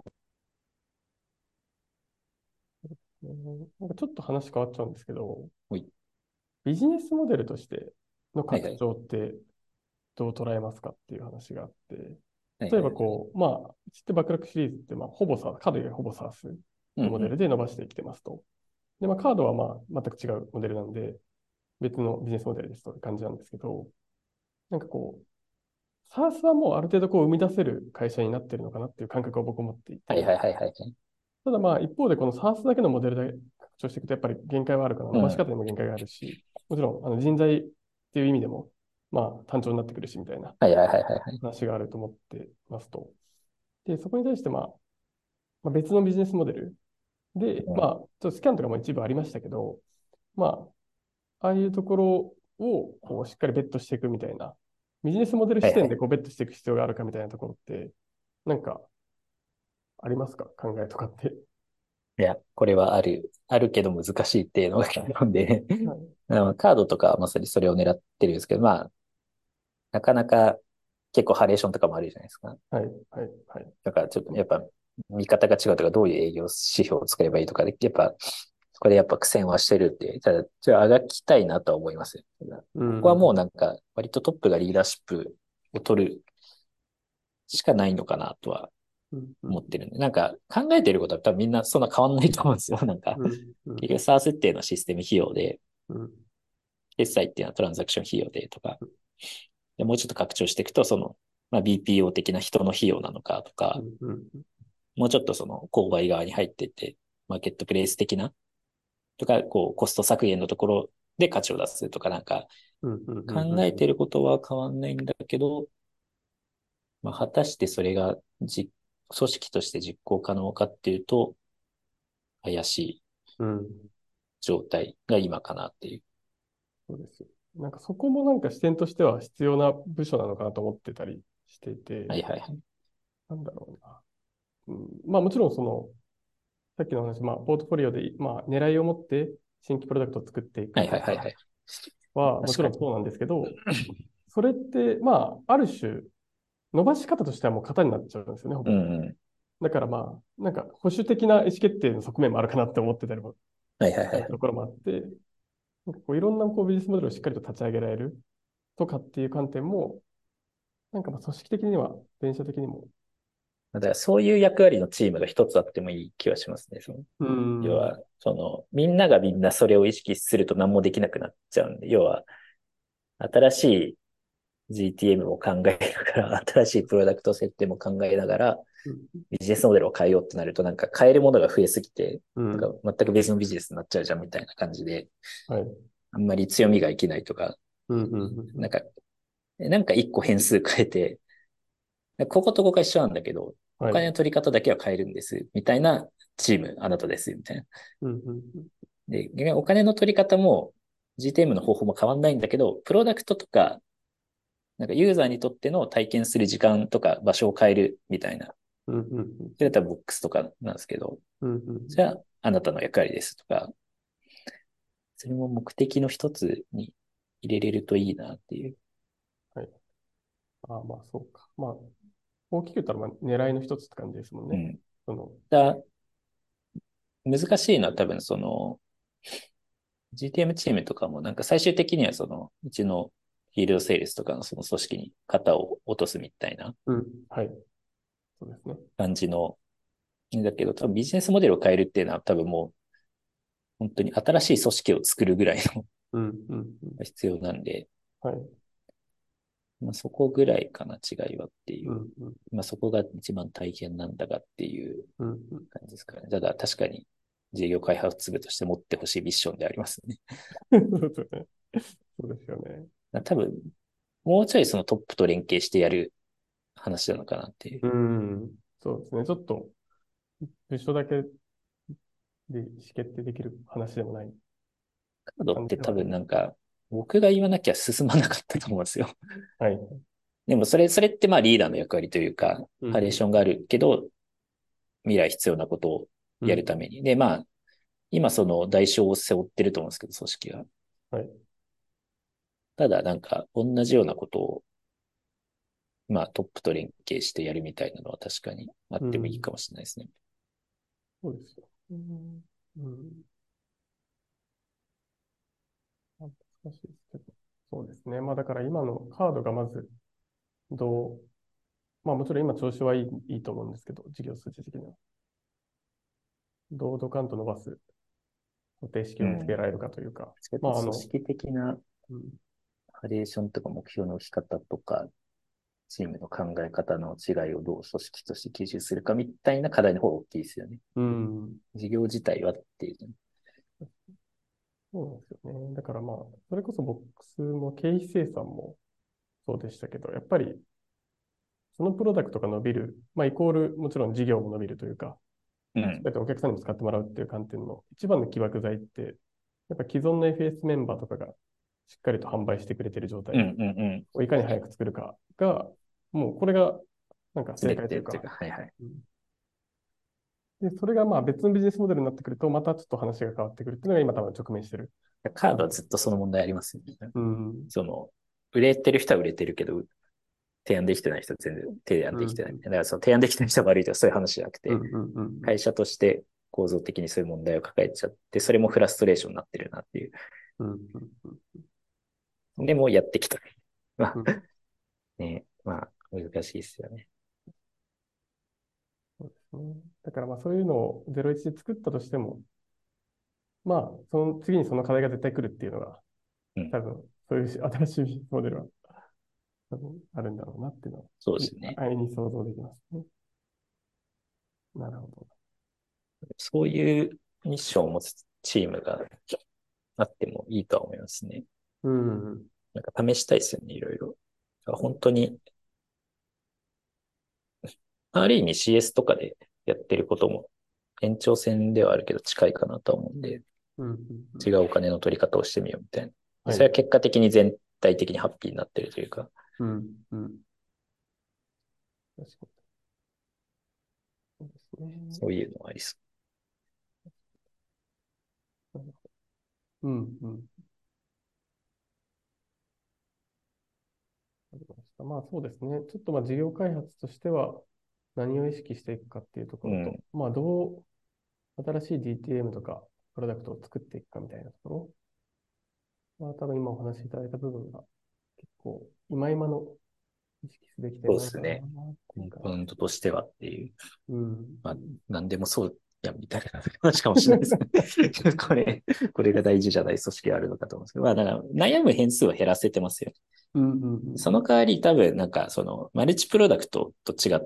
S2: なんかちょっと話変わっちゃうんですけど、
S3: はい。
S2: ビジネスモデルとしての拡
S3: はいはい。
S2: 張ってどう捉えますかっていう話があって、例え
S3: はいはいはい。
S2: ばこう、まあ、知ってバックラックシリーズって、まあ、ほぼさ、カード以外ほぼ SaaS のモデル
S3: うんうん。
S2: で伸ばしてきてますと。で、まあ、カードはまあ、全く違うモデルなんで、別のビジネスモデルですという感じなんですけど、なんかこう、SaaS はもうある程度こう生み出せる会社になってるのかなっていう感覚を僕は持っていて、
S3: はいはいはいはい。
S2: ただまあ一方でこの SaaS だけのモデルで拡張していくとやっぱり限界はあるから、
S3: うん。は
S2: 伸ばし方にも限界があるし、もちろんあの人材っていう意味でもまあ単調になってくるしみたいな
S3: いはいはいはいはい。
S2: 話があると思ってますと。 で、そこに対して、まあ、まあ、別のビジネスモデルで、
S3: うん。
S2: まあ、ちょっとスキャンとかも一部ありましたけど、まあ、ああいうところをこうしっかりベットしていくみたいな、ビジネスモデル視点
S3: はいはい。
S2: でこうベットしていく必要があるかみたいなところって、なんかありますか、考えとかって。
S3: いや、これはある、あるけど難しいっていうのがあるんで
S2: はい。
S3: あのカードとかはまさにそれを狙ってるんですけど、まあ、なかなか結構ハレーションとかもあるじゃないですか。
S2: はい。はい。はい。
S3: だからちょっとやっぱ見方が違うとか、どういう営業指標を作ればいいとかで、やっぱ、そこでやっぱ苦戦はしてるって、ただ、それはあがきたいなとは思いますよ。ただ
S2: うん。
S3: ここはもうなんか、割とトップがリーダーシップを取るしかないのかなとは
S2: うん。うん。
S3: 思ってるんで、なんか考えてることは多分みんなそんな変わんないと思うんですよ。なんか、
S2: うん。うん。
S3: 結局 SaaS っていうのはシステム費用で、
S2: うん。
S3: 決済っていうのはトランザクション費用でとか、でもうちょっと拡張していくと、その、まあ、ビーピーオー 的な人の費用なのかとか、
S2: うん。うん。
S3: もうちょっとその購買側に入っていって、マーケットプレイス的なとか、こう、コスト削減のところで価値を出すとか、なんか、
S2: うん。うん。
S3: 考えてることは変わんないんだけど、まあ、果たしてそれがじ組織として実行可能かっていうと、怪しい
S2: うん。
S3: 状態が今かなっていう。
S2: そうですよ。なんかそこもなんか視点としては必要な部署なのかなと思ってたりしていて、
S3: はいはいはい。
S2: なんだろうな。うん、まあもちろんその、さっきの話、まあポートフォリオで、まあ狙いを持って新規プロダクトを作ってい
S3: はい
S2: くとか
S3: はいはいはい。
S2: はも
S3: 確かに。
S2: ちろんそうなんですけど、それって、まあある種伸ばし方としてはもう型になっちゃうんですよね、ほぼ。
S3: うんうん。
S2: だからまあ、なんか保守的な意思決定の側面もあるかなって思ってたりも
S3: はいはいはいはい。
S2: するところもあって、なんかこういろんなこうビジネスモデルをしっかりと立ち上げられるとかっていう観点も、なんかまあ組織的には、電車的にも。
S3: だからそういう役割のチームが一つあってもいい気はしますね。その
S2: うん。
S3: 要は、その、みんながみんなそれを意識すると何もできなくなっちゃうんで、要は、新しい ジーティーエム を考えながら、新しいプロダクト設定も考えながら、
S2: うん。
S3: ビジネスモデルを変えようってなると、なんか変えるものが増えすぎて、なんか
S2: うん。
S3: 全く別のビジネスになっちゃうじゃんみたいな感じで、
S2: はい。
S3: あんまり強みが生きないとか、
S2: うん。うん。うん。
S3: なんか、なんか一個変数変えて、こことここが一緒なんだけど、お
S2: はい。
S3: 金の取り方だけは変えるんです、みたいなチーム、あなたです、みたいな。
S2: うん。うん。
S3: で、逆にお金の取り方も ジーティーエム の方法も変わんないんだけど、プロダクトとか、なんかユーザーにとっての体験する時間とか場所を変えるみたいな。
S2: うん。うん。
S3: それだったらボックスとかなんですけど、
S2: うん。うん。
S3: じゃああなたの役割ですとか、それも目的の一つに入れれるといいなっていう。
S2: はい。ああ、まあそうか。まあ、大きく言ったらまあ狙いの一つって感じですもんね。
S3: うん。
S2: その、
S3: だ難しいのは多分その ジーティーエム チームとかもなんか最終的にはそのうちのフィールドセールスとかのその組織に肩を落とすみたいな
S2: うん。はい。そうですね。
S3: 感じの、だけど多分ビジネスモデルを変えるっていうのは多分もう本当に新しい組織を作るぐらいの
S2: うん。うん。うん。
S3: 必要なんで、
S2: はい。
S3: まあ、そこぐらいかな違いはっていう。
S2: うん。うん。
S3: まあ、そこが一番大変なんだがっていう
S2: うん。うん。
S3: 感じですかね。ただ確かに事業開発部として持ってほしいミッションでありますね。
S2: そうですよね。そうですよね。
S3: 多分、もうちょいそのトップと連携してやる話なのかなっていう。
S2: うん。そうですね。ちょっと、部署だけで意思決定できる話でもない
S3: カードって多
S2: 感じではあります。
S3: 分なんか、僕が言わなきゃ進まなかったと思うんですよ。
S2: はい。
S3: でもそれ、それってまあリーダーの役割というか、
S2: うん。
S3: ハレーションがあるけど、未来必要なことを
S2: うん。
S3: やるために。で、まあ、今その代償を背負ってると思うんですけど、組織が。
S2: はい。
S3: ただなんか同じようなことを、まあトップと連携してやるみたいなのは確かにあっ
S2: うん。
S3: てもいいかもしれないですね。
S2: そうですよ。うん。うん。まあ難しいですけど。そうですね。まあだから今のカードがまずどう、まあもちろん今調子はいい、いいと思うんですけど、事業数字的には。どうドカンと伸ばす方程式
S3: うん。
S2: をつけられるかというか。
S3: やっ
S2: まああの、
S3: ぱ組織的な
S2: うん。
S3: ハレーションとか目標の置き方とか、チームの考え方の違いをどう組織として吸収するかみたいな課題の方が大きいですよね。
S2: うん。
S3: 事業自体はっていう。
S2: そうなんですよね。だからまあ、それこそボックスも経費生産もそうでしたけど、やっぱりそのプロダクトが伸びる、まあ、イコール、もちろん事業も伸びるというか、
S3: う
S2: しっか
S3: ん。
S2: りとお客さんにも使ってもらうっていう観点の一番の起爆剤って、やっぱ既存の エフエス メンバーとかがしっかりと販売してくれてる状態
S3: うんうんうん。
S2: をいかに早く作るかが、もうこれがなんか正
S3: 全
S2: 解というか、
S3: てっていうか、はいはい。
S2: うんで、それがまあ別のビジネスモデルになってくると、またちょっと話が変わってくるっていうのが今多分直面してる。
S3: カードはずっとその問題ありますよね。
S2: うん。
S3: その、売れてる人は売れてるけど、提案できてない人は全然提案
S2: うん。
S3: できてない。だからその提案できてない人が悪いとかそういう話じゃなく
S2: うん。
S3: て、
S2: うん。うん。
S3: 会社として構造的にそういう問題を抱えちゃって、それもフラストレーションになってるなっていう。
S2: うん。うん。そう
S3: でもやってきた。まあ
S2: うん。
S3: ね、まあ難しいですよね。
S2: そうですね。だからまあそういうのをゼロイチで作ったとしても、まあその次にその課題が絶対来るっていうのが、
S3: うん。
S2: 多分そういう新しいビジネスモデルは多分あるんだろうなっていうのは、
S3: そうですね。
S2: 安易に想像できますね。なるほど。
S3: そういうミッションを持つチームがあってもいいとは思いますね。
S2: うん。
S3: なんか試したいですよね、いろいろ。本当に、ある意味 シーエス とかでやってることも延長線ではあるけど近いかなと思うんで、
S2: うん。うん。
S3: 違うお金の取り方をしてみようみたいな。で
S2: はい。
S3: それは結果的に全体的にハッピーになってるというか、
S2: うん。うん。確かに。そうですね。
S3: そういうのはありそ
S2: うん。うん。わかりました。まあそうですね。ちょっとまあ事業開発としては何を意識していくかっていうとこ
S3: う。う
S2: ろと、
S3: ん。
S2: まあどう新しい ディーティーエム とかプロダクトを作っていくかみたいなところ。まあ多分今お話しいただいた部分が結構今今の意識すべき点なのかなっ
S3: そうですね。コン
S2: ていう感
S3: ポーネントとしてはっていう。
S2: じ。うん。
S3: まあ、なんでもそうやんみたいな話かもしれないですね。これ、これが大事じゃない組織があるのかと思うんですけど、まあ、だから悩む変数を減らせてますよね。
S2: うんうん
S3: その代わり多分なんかそのマルチプロダクトと違って、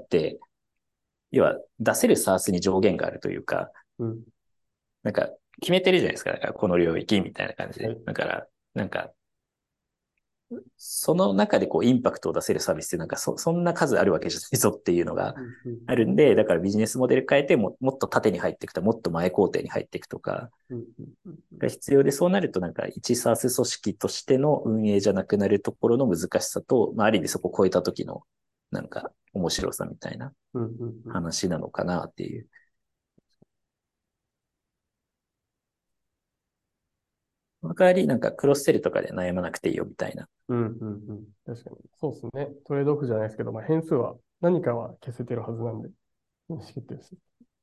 S3: 要は出せるサースに上限があるというか、
S2: うん。うん。
S3: なんか決めてるじゃないですか。だからこの領域みたいな感じで。
S2: はい。
S3: だから、なんか、その中でこうインパクトを出せるサービスってなんかそ、そんな数あるわけじゃないぞっていうのが
S2: うんうん
S3: あるんで、だからビジネスモデル変えても、もっと縦に入っていくとか、もっと前工程に入っていくとか
S2: うんうんうんうん
S3: が必要で、そうなるとなんか一サース組織としての運営じゃなくなるところの難しさと、まあある意味そこを超えた時のなんか面白さみたいな
S2: うんうんうん
S3: 話なのかなっていう。その代わりなんかクロスセルとかで悩まなくていいよみたいな。
S2: うんうんうん。確かに。そうですね。トレードオフじゃないですけど、まあ変数は何かは消せてるはずなんで、認識ってです。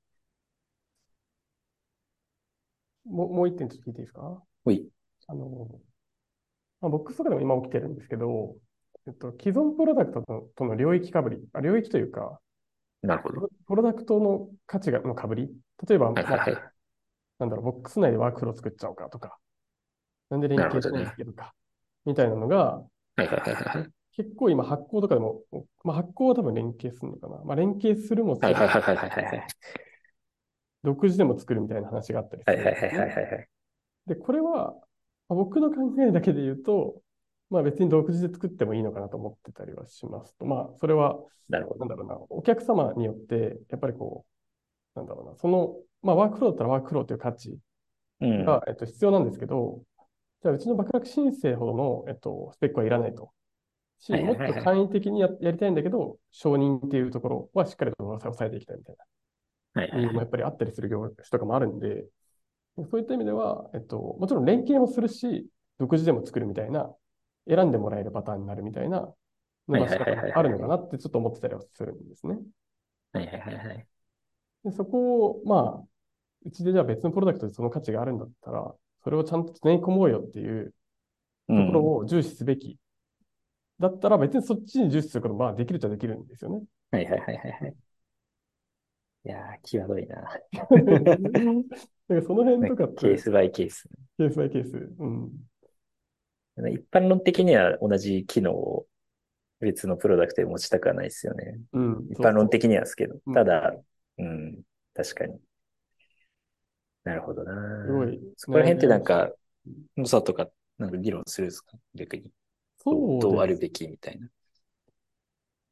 S2: もう、もう一点ちょっと聞いていいですか？
S3: ほい。
S2: あの、まあ、ボックスとかでも今起きてるんですけど、えっと、既存プロダクトととの領域かぶり、あ、領域というか、
S3: なるほど。
S2: プロプロダクトの価値がのかぶり。例えば、まあ、
S3: はいはいはい。
S2: なんだろう、ボックス内でワークフロー作っちゃおうかとか、なんで連
S3: なるほ
S2: 携しないんだ
S3: どね。
S2: けどか、みたいなのが、
S3: はいはいはいはい。
S2: 結構今発行とかでも、まあ、発行は多分連携するのかな。まあ、連携するも
S3: はい
S2: せず、
S3: はいはいはいはいはい。
S2: 独自でも作るみたいな話があったりす
S3: はいはいはい
S2: るんですね。
S3: はいはい。
S2: で、これは、まあ僕の考えだけで言うと、まあ別に独自で作ってもいいのかなと思ってたりはしますと。まあそれは、
S3: なるほど。
S2: なんだろうな、お客様によって、やっぱりこう、なんだろうな、その、まあワークフローだったらワークフローという価値
S3: うん。
S2: が、えっと、必要なんですけど、じゃあうちの爆落申請ほどの、えっと、スペックはいらないと。し、
S3: はいは
S2: もっと
S3: いはいはい。
S2: 簡易的にや、やりたいんだけど、承認っていうところはしっかりと抑えていきたいみたいな
S3: はいはいはい。
S2: ニーズもやっぱりあったりする業種とかもあるんで、そういった意味では、えっと、もちろん連携もするし、独自でも作るみたいな、選んでもらえるパターンになるみたいな伸ばし
S3: はいはいはい
S2: 方もあるの
S3: はいはい。
S2: かなってちょっと思ってたりはするんですね。
S3: はいはいはいはい。
S2: で、そこを、まあ、うちでじゃあ別のプロダクトでその価値があるんだったら、それをちゃんとつね込もうよっていうところ
S3: うん。
S2: を重視すべき。だったら別にそっちに重視することもまあできるっちゃできるんですよね。
S3: はいはいはいはいはい。いやー、際どいな。
S2: だからその辺
S3: ね
S2: とかって、
S3: ケースバイケース。
S2: ケースバイケース。うん。
S3: 一般論的には同じ機能を別のプロダクトで持ちたくはないですよね。
S2: うん。
S3: 一般論
S2: そうそ
S3: 的にはですけど。
S2: う。うん。
S3: ただ、うん、確かに。なるほどな。
S2: すごい
S3: そこら辺っ
S2: 悩んでました。
S3: てなんか、ノサとか、なんか議論するんですか逆に。どう、どうある
S2: そうです
S3: べきみたいな。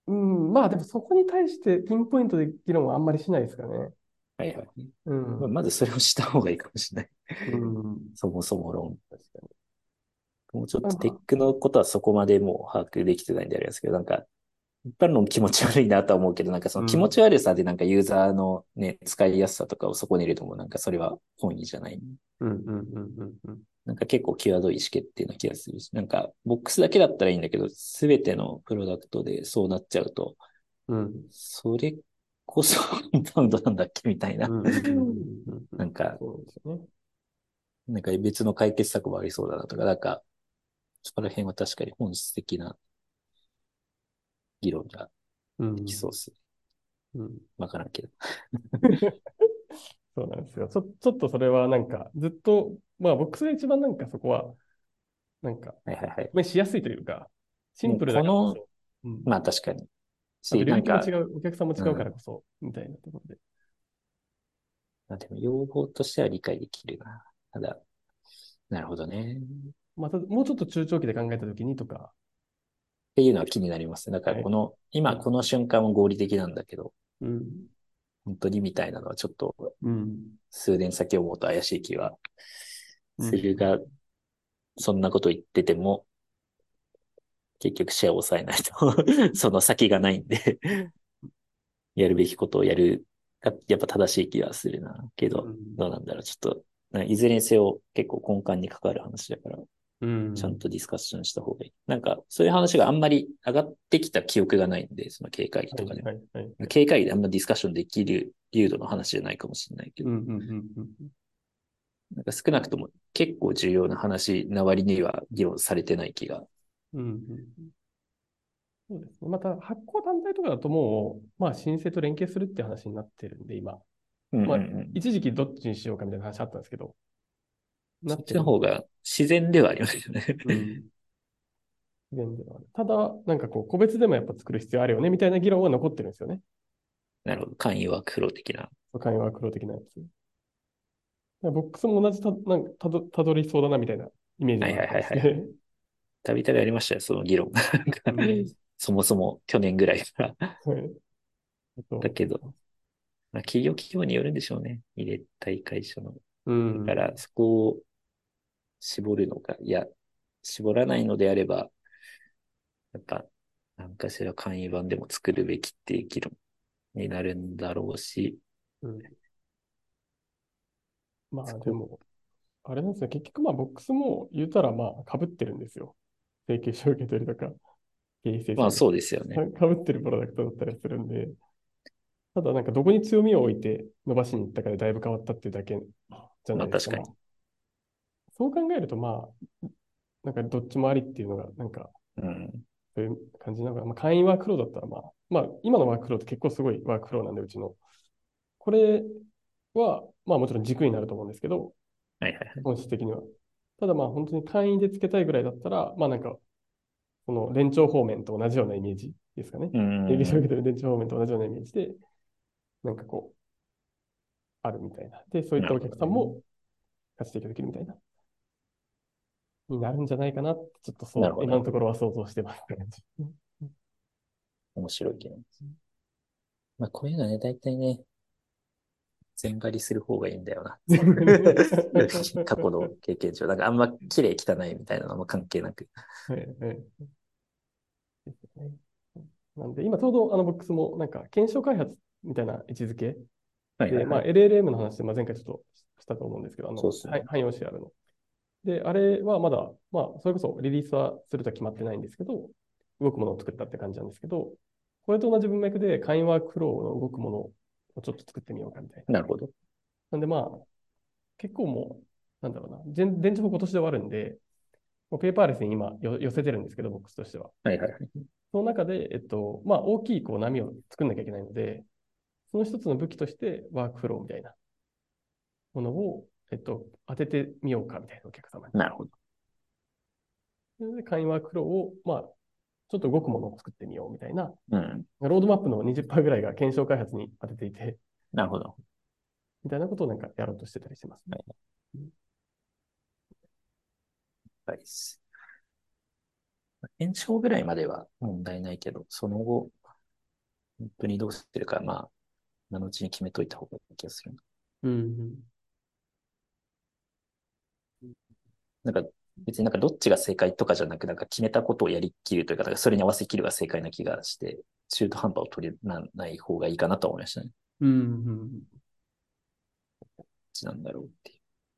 S2: うん、まあでもそこに対してピンポイントで議論はあんまりしないですかね。
S3: はいはい。
S2: う
S3: まあ、
S2: ん。
S3: まずそれをした方がいいかもしれない。
S2: うん。
S3: そもそも論。
S2: 確かに。
S3: もうちょっとテッ
S2: まあ、
S3: クのことはそこまでもう把握できてないんであれですけど、なんか、一般論気持ち悪いなとは思うけど、なんかその気持
S2: うん。
S3: ち悪さでなんかユーザーのね、使いやすさとかを損ねるともなんかそれは本意じゃない。
S2: うん、うん、うん、うん、うん。
S3: なんか結構際どい意思決定な気がするし、なんかボックスだけだったらいいんだけど、すべてのプロダクトでそうなっちゃうと、
S2: うん、
S3: それこそコンパウンドなんだっけみたいな。
S2: うん、うん、うん、うん。うん、
S3: なんか、
S2: そうなんですよね。
S3: なんか別の解決策もありそうだなとか、なんか、そこら辺は確かに本質的な議論ができ
S2: うん、
S3: そうっすね。
S2: うん。
S3: わからんけど。
S2: そうなんですよ。ちょ、ちょっとそれはなんか、ずっと、まあ、ボックスが一番なんかそこは、なんか、
S3: はいはいはい。
S2: 説明しやすいというか、シン
S3: もう
S2: プルだ
S3: この、
S2: からこそ、うん。
S3: まあ確かに。し、
S2: あと、領
S3: なんか、
S2: 域も違う、お客さんも違うか
S3: うん。
S2: らこそ、みたいなところで。
S3: まあでも要望としては理解できるな。ただ、なるほどね。っ
S2: また、もうちょっと中長期で考えたときにとか、
S3: ていうのは気になります。だから
S2: はい。
S3: この、今
S2: はい。
S3: この瞬間は合理的なんだけど、
S2: うん。
S3: 本当にみたいなのはちょっと
S2: うん。
S3: 数年先を思うと怪しい気は
S2: うん。
S3: するが、そんなこと言ってても、結局シェアを抑えないとその先がないんでやるべきことをやるが、やっぱ正しい気はするな。けど、
S2: うん。
S3: どうなんだろう。ちょっと、いずれにせよ結構根幹に関わる話だから、
S2: うん。
S3: ちゃんとディスカッションした方がいい。なんか、そういう話があんまり上がってきた記憶がないんで、その経会議
S2: はい。
S3: とかでも。
S2: はい。はい。はい。
S3: 経会議であんまディスカッションできる流度の話じゃないかもしれないけど、
S2: うん。うん。うん。うん。
S3: なんか少なくとも結構重要な話な割には議論されてない気が。
S2: うん。うん。そうですね。また、発行単体とかだともう、まあ、申請と連携するって話になってるんで、今。
S3: うんうん
S2: まあ、
S3: うん。
S2: 一時期どっちにしようかみたいな話あったんですけど、な
S3: そっ
S2: ってるんで。
S3: ちの方が自然ではありますよね。
S2: うん。現ではねただ、なんかこう、個別でもやっぱ作る必要あるよね、みたいな議論は残ってるんですよね。
S3: なるほど。勧誘は黒的な。
S2: 会話黒的なやつ。ボックスも同じた、なんかたど、たどりそうだな、みたいなイメージ
S3: はい
S2: もあった
S3: はいはいはい。
S2: りして。
S3: たびたびありましたよ、その議論。なんか
S2: うん。
S3: そもそも去年ぐらいから。
S2: はい。えっと、
S3: だけど、まあ、企業規模によるんでしょうね。入れたい会社の。
S2: うん。
S3: だから、そこを絞るのか、いや、絞らないのであれば、やっぱ、何かしら簡易版でも作るべきっていう議論になるんだろうし、
S2: うん。まあ、で
S3: そこ、
S2: も、あれなんですよ。結局、まあ、ボックスも言うたら、まあ、被ってるんですよ。請求書受け取りとか、経費精算で。
S3: まあそうですよね。
S2: 被ってるプロダクトだったりするんで、ただ、なんか、どこに強みを置いて伸ばしに行ったかでだいぶ変わったっていうだけじゃないですか。
S3: まあ確かに。
S2: まあ、そう考えると、まあ、なんか、どっちもありっていうのが、なんか、
S3: うん。
S2: そういう感じなのかな。まあ、会員ワークフローだったら、まあ、まあ、今のワークフローって結構すごいワークフローなんで、うちの。これは、まあ、もちろん軸になると思うんですけど、
S3: はいはいはい。
S2: 本質的には。ただ、まあ、本当に会員でつけたいぐらいだったら、まあ、なんか、その、連長方面と同じようなイメージですかね。
S3: う
S2: 営業所を受け
S3: ん。
S2: てる連長方面と同じようなイメージで、なんかこう、あるみたいな。で、そういったお
S3: なるほどね。
S2: 客さんも価値提供できるみたいな、になるんじゃないかなって、ちょっとそう、
S3: なるほど、なるほど。
S2: 今のところは想像してます。
S3: 面白いけど。まあこういうのね、大体ね、全張りする方がいいんだよな。過去の経験上。なんかあんま綺麗汚いみたいなのも関係なく。
S2: はいはい。ですよね。なんで、今ちょうどあのボックスもなんか検証開発みたいな位置づけで、まあ、
S3: はいはいはい。
S2: エルエルエム の話で、まあ、前回ちょっとしたと思うんですけど、あの、
S3: そうっすね。
S2: 汎用シェアの。で、あれはまだ、まあ、それこそリリースはするとは決まってないんですけど、動くものを作ったって感じなんですけど、これと同じ文脈で会員ワークフローの動くものをちょっと作ってみようかみたいな。
S3: なるほど。
S2: なんでまあ、結構もう、なんだろうな、電電池も今年で終わるんで、もうペーパーレスに今よ寄せてるんですけど、ボックスとしては。
S3: はいはいはい。
S2: その中で、えっと、まあ、大きいこう波を作んなきゃいけないので、その一つの武器としてワークフローみたいなものを、えっと、当ててみようかみたいなお客様に。
S3: なるほど。
S2: で、会員ワークフローを、まあ、ちょっと動くものを作ってみようみたいな、
S3: うん。
S2: ロードマップのにじゅっパーセントぐらいが検証開発に当てていて、
S3: なるほど。
S2: みたいなことをなんかやろうとしてたりしますね。
S3: はい。はい。検証ぐらいまでは問題ないけど、その後、 本当にどうするか、まあ、今のうちに決めといた方がいい気がするな。
S2: うん
S3: なんか、別になんかどっちが正解とかじゃなく、なんか決めたことをやりきるというか、だからそれに合わせきるが正解な気がして、中途半端を取りなない方がいいかなと思いましたね。
S2: うん。うんうん。
S3: どっちなんだろうっていう。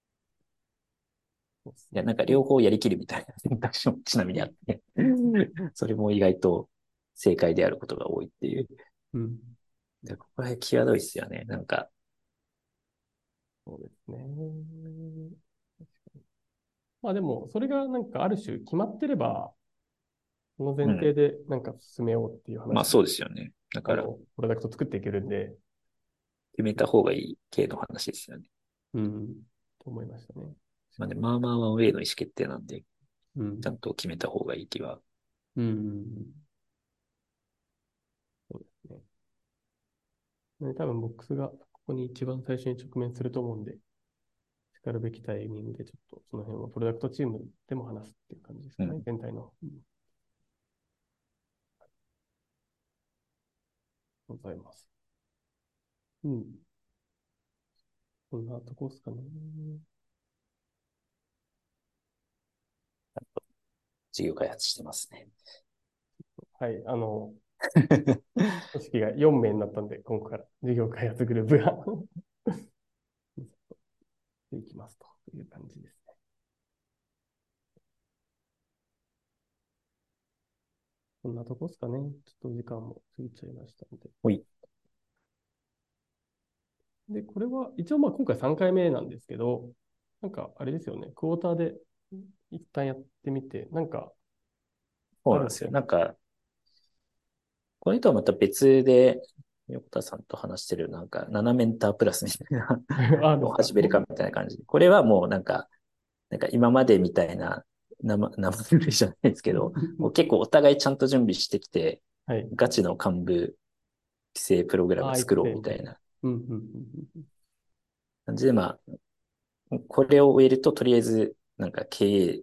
S2: そうです
S3: いや、
S2: ね。
S3: なんか両方やりきるみたいな選択肢もちなみにあって、それも意外と正解であることが多いっていう。
S2: うん。
S3: でここら辺際どいっすよね。なんか、
S2: そうですね。まあでも、それがなんかある種決まってれば、その前
S3: うん。
S2: 提でなんか進めようっていう話で、
S3: まあそうですよね。だから、
S2: あの、プロダクト作っていけるんで、
S3: 決めた方がいい系の話ですよね。
S2: うん、と思いましたね。
S3: まあね、まあまあワンウェイの意思決定なんで、
S2: うん、
S3: ちゃんと決めた方がいい気は。
S2: うん、そうですね。で多分ボックスがここに一番最初に直面すると思うんで、しかるべきタイミングでちょっとその辺はプロダクトチームでも話すっていう感じですかね、
S3: うん。
S2: 全体の。うん、ございます。うん。こんなとこですかね。
S3: 事業開発してますね。
S2: はい。あの、組織がよん名になったんで、今後から事業開発グループがでいきますという感じですね。こんなとこですかね。ちょっと時間も過ぎちゃいましたので。
S3: ほい。
S2: で、これは一応まあ今回さんかいめなんですけど、なんかあれですよね。クォーターで一旦やってみて、なんか
S3: そうなんですよ。
S2: あるんですかね。
S3: なんか、これとはまた別で、横田さんと話してる、なんか、ななメンタープラスみたいな
S2: あ、で
S3: のを
S2: すか。
S3: 始めるかみたいな感じ。これはもうなんか、なんか今までみたいな生、生ぬるいじゃないですけど、もう結構お互いちゃんと準備してきて、
S2: はい。
S3: ガチの幹部規制プログラム
S2: あ、
S3: 作ろう
S2: 育成みたいな。
S3: みたいな
S2: うん、うん、うん、
S3: 感じで、まあ、これを終えると、とりあえず、なんか経営、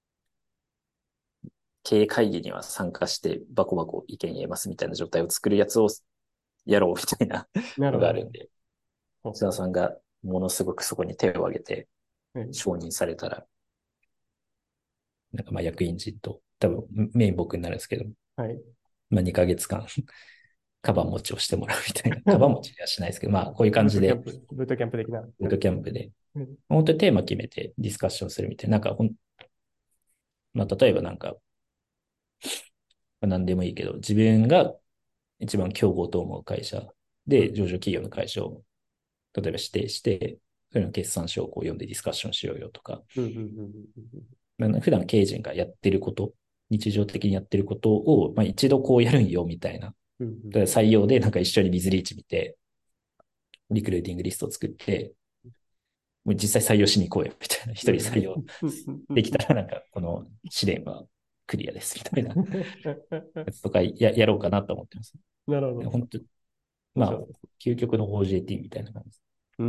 S3: 経営会議には参加してバコバコ意見言えますみたいな状態を作るやつをやろうみたいなの
S2: なるほど。
S3: があるんで、
S2: ほうほ
S3: 津田さんがものすごくそこに手を挙げて
S2: う。はい。
S3: 承認されたら、なんかまあ役員陣と、多分メイン僕になるんですけど、
S2: はい。
S3: まあにかげつかん、カバン持ちをしてもらうみたいな。カバン持ちはしないですけど、まあこういう感じで、
S2: ブートキャンプ、ブートキャンプ的な
S3: ブート
S2: 感じですね。
S3: キャンプで、
S2: うん、
S3: 本当にテーマ決めてディスカッションするみたいな。なんかほん、まあ例えばなんか、まあ、何でもいいけど、自分が一番競合と思う会社で、上場企業の会社を例えば指定して、それの決算書をこう読んでディスカッションしようよとか、
S2: うん、うん、うん、
S3: まあ普段経営陣がやってること、日常的にやってることを、まあ、一度こうやるんよみたいな。
S2: うん、うん、
S3: 例えば採用でなんか一緒にビズリーチ見て、リクルーティングリストを作って、もう実際採用しに行こうよみたいな。一
S2: うん、
S3: 人採用
S2: うん、うん、
S3: できたらなんかこの試練はクリアですみたいなやつとかややろうかなと思ってます。
S2: なるほど。
S3: 本当、まあ、
S2: 面白いですね。
S3: 究極の オージェーティー みたいな感じです。
S2: うん。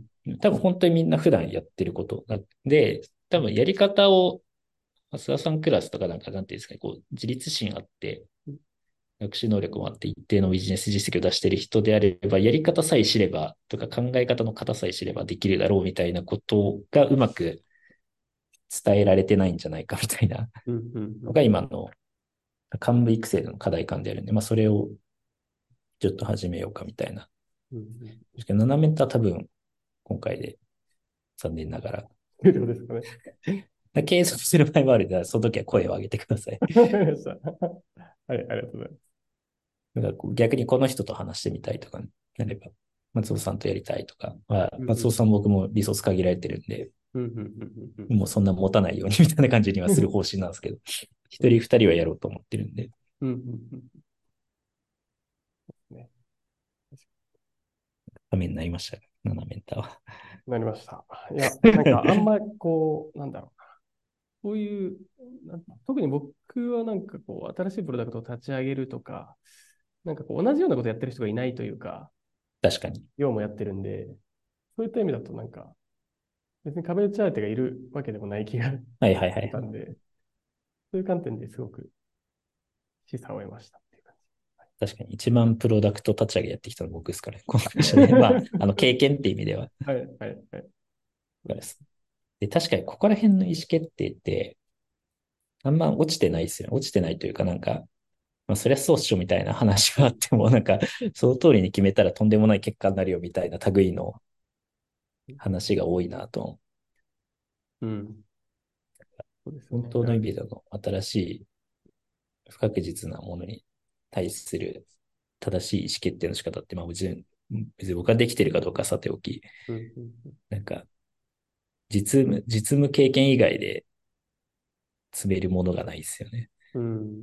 S3: 多分本当にみんな普段やってることで、多分やり方を、増田さんクラスとかなんか、なんていうんですかね、こう、自立心あって、学習能力もあって、一定のビジネス実績を出している人であれば、やり方さえ知れば、とか考え方の型さえ知ればできるだろうみたいなことがうまく伝えられてないんじゃないかみたいな
S2: うん、うん、
S3: のが今の幹部育成の課題感であるんで、まあそれをちょっと始めようかみたいな。
S2: うん。
S3: 確かにななメンター多分今回で残念ながら
S2: ということですかね。
S3: 継続する場合もあるので、その時は声を上げてください。
S2: わかりました。はい、ありがとうございます。
S3: なんかこう逆にこの人と話してみたいとかなれば、松尾さんとやりたいとかは、
S2: うん、
S3: 松尾さん僕もリソース限られてるんで、
S2: うん、うん、うん、うん。
S3: もうそんな持たないようにみたいな感じにはする方針なんですけど、一人二人はやろうと思ってるんで、
S2: うん、うん、うん。ね、
S3: ためになりました。ななメンターは。
S2: なりました。いや、なんかあんまこう、なんだろうな。こういう、な特に僕はなんかこう、新しいプロダクトを立ち上げるとか、なんかこう、同じようなことやってる人がいないというか、
S3: 確かに。
S2: 業もやってるんで、そういった意味だとなんか、別に壁打ち相手がいるわけでもない気がし
S3: はいはいはいはい。
S2: たんで、そういう観点ですごく示唆を得ましたっていう感じ。
S3: 確かに一番プロダクト立ち上げやってきたの僕ですからね。この会社で。まあ、あの、経験って意味では。
S2: はい、はい、はい。
S3: で、確かにここら辺の意思決定って、あんま落ちてないですよね。落ちてないというか、なんか、まあ、そりゃそうっしょみたいな話があっても、なんか、その通りに決めたらとんでもない結果になるよみたいな類の話が多いなと。
S2: うん。そうですよね。
S3: 本当の意
S2: だから
S3: 味での新しい不確実なものに対する正しい意思決定の仕方って、まあ別に、別に僕ができてるかどうかさておき、
S2: うん、うん、
S3: なんか、実務、実務経験以外で詰めるものがないですよね。
S2: うん。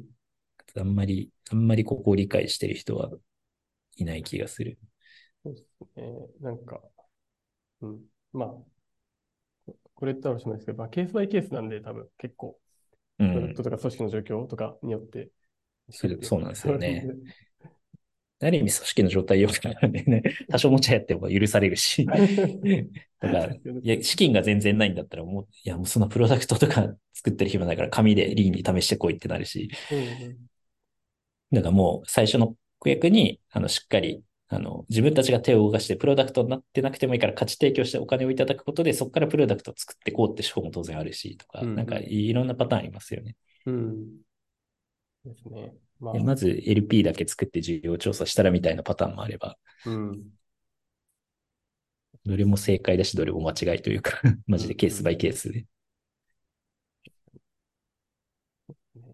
S3: あんまり、あんまりここを理解してる人はいない気がする。
S2: そうですね。なんか、うん。まあ、これってあるかもしれないですけど、まあ、ケースバイケースなんで、多分結構、プロダクト
S3: うん。
S2: とか組織の状況とかによって、意思
S3: そう、
S2: 決定
S3: そうなんです
S2: 変わるんで。
S3: よね。ある意味組織の状態良くなるんでね、多少無茶やっても許されるし。だから、いや、資金が全然ないんだったらもう、いや、もうそんなプロダクトとか作ってる暇ないから紙でリーンに試してこいってなるし。
S2: うんうん。
S3: だからもう最初の顧客に、あの、しっかり、あの、自分たちが手を動かしてプロダクトになってなくてもいいから価値提供してお金をいただくことで、そこからプロダクトを作っていこうって手法も当然あるし、とか、
S2: うん
S3: なんかいろんなパターンありますよね。
S2: うん。うん。ですね。まあ、
S3: でまず エルピー だけ作って需要調査したらみたいなパターンもあれば、
S2: うん。
S3: どれも正解だし、どれも間違いというかマ
S2: うん
S3: ジでケースバイ
S2: うんうん。
S3: ケースで。
S2: ね、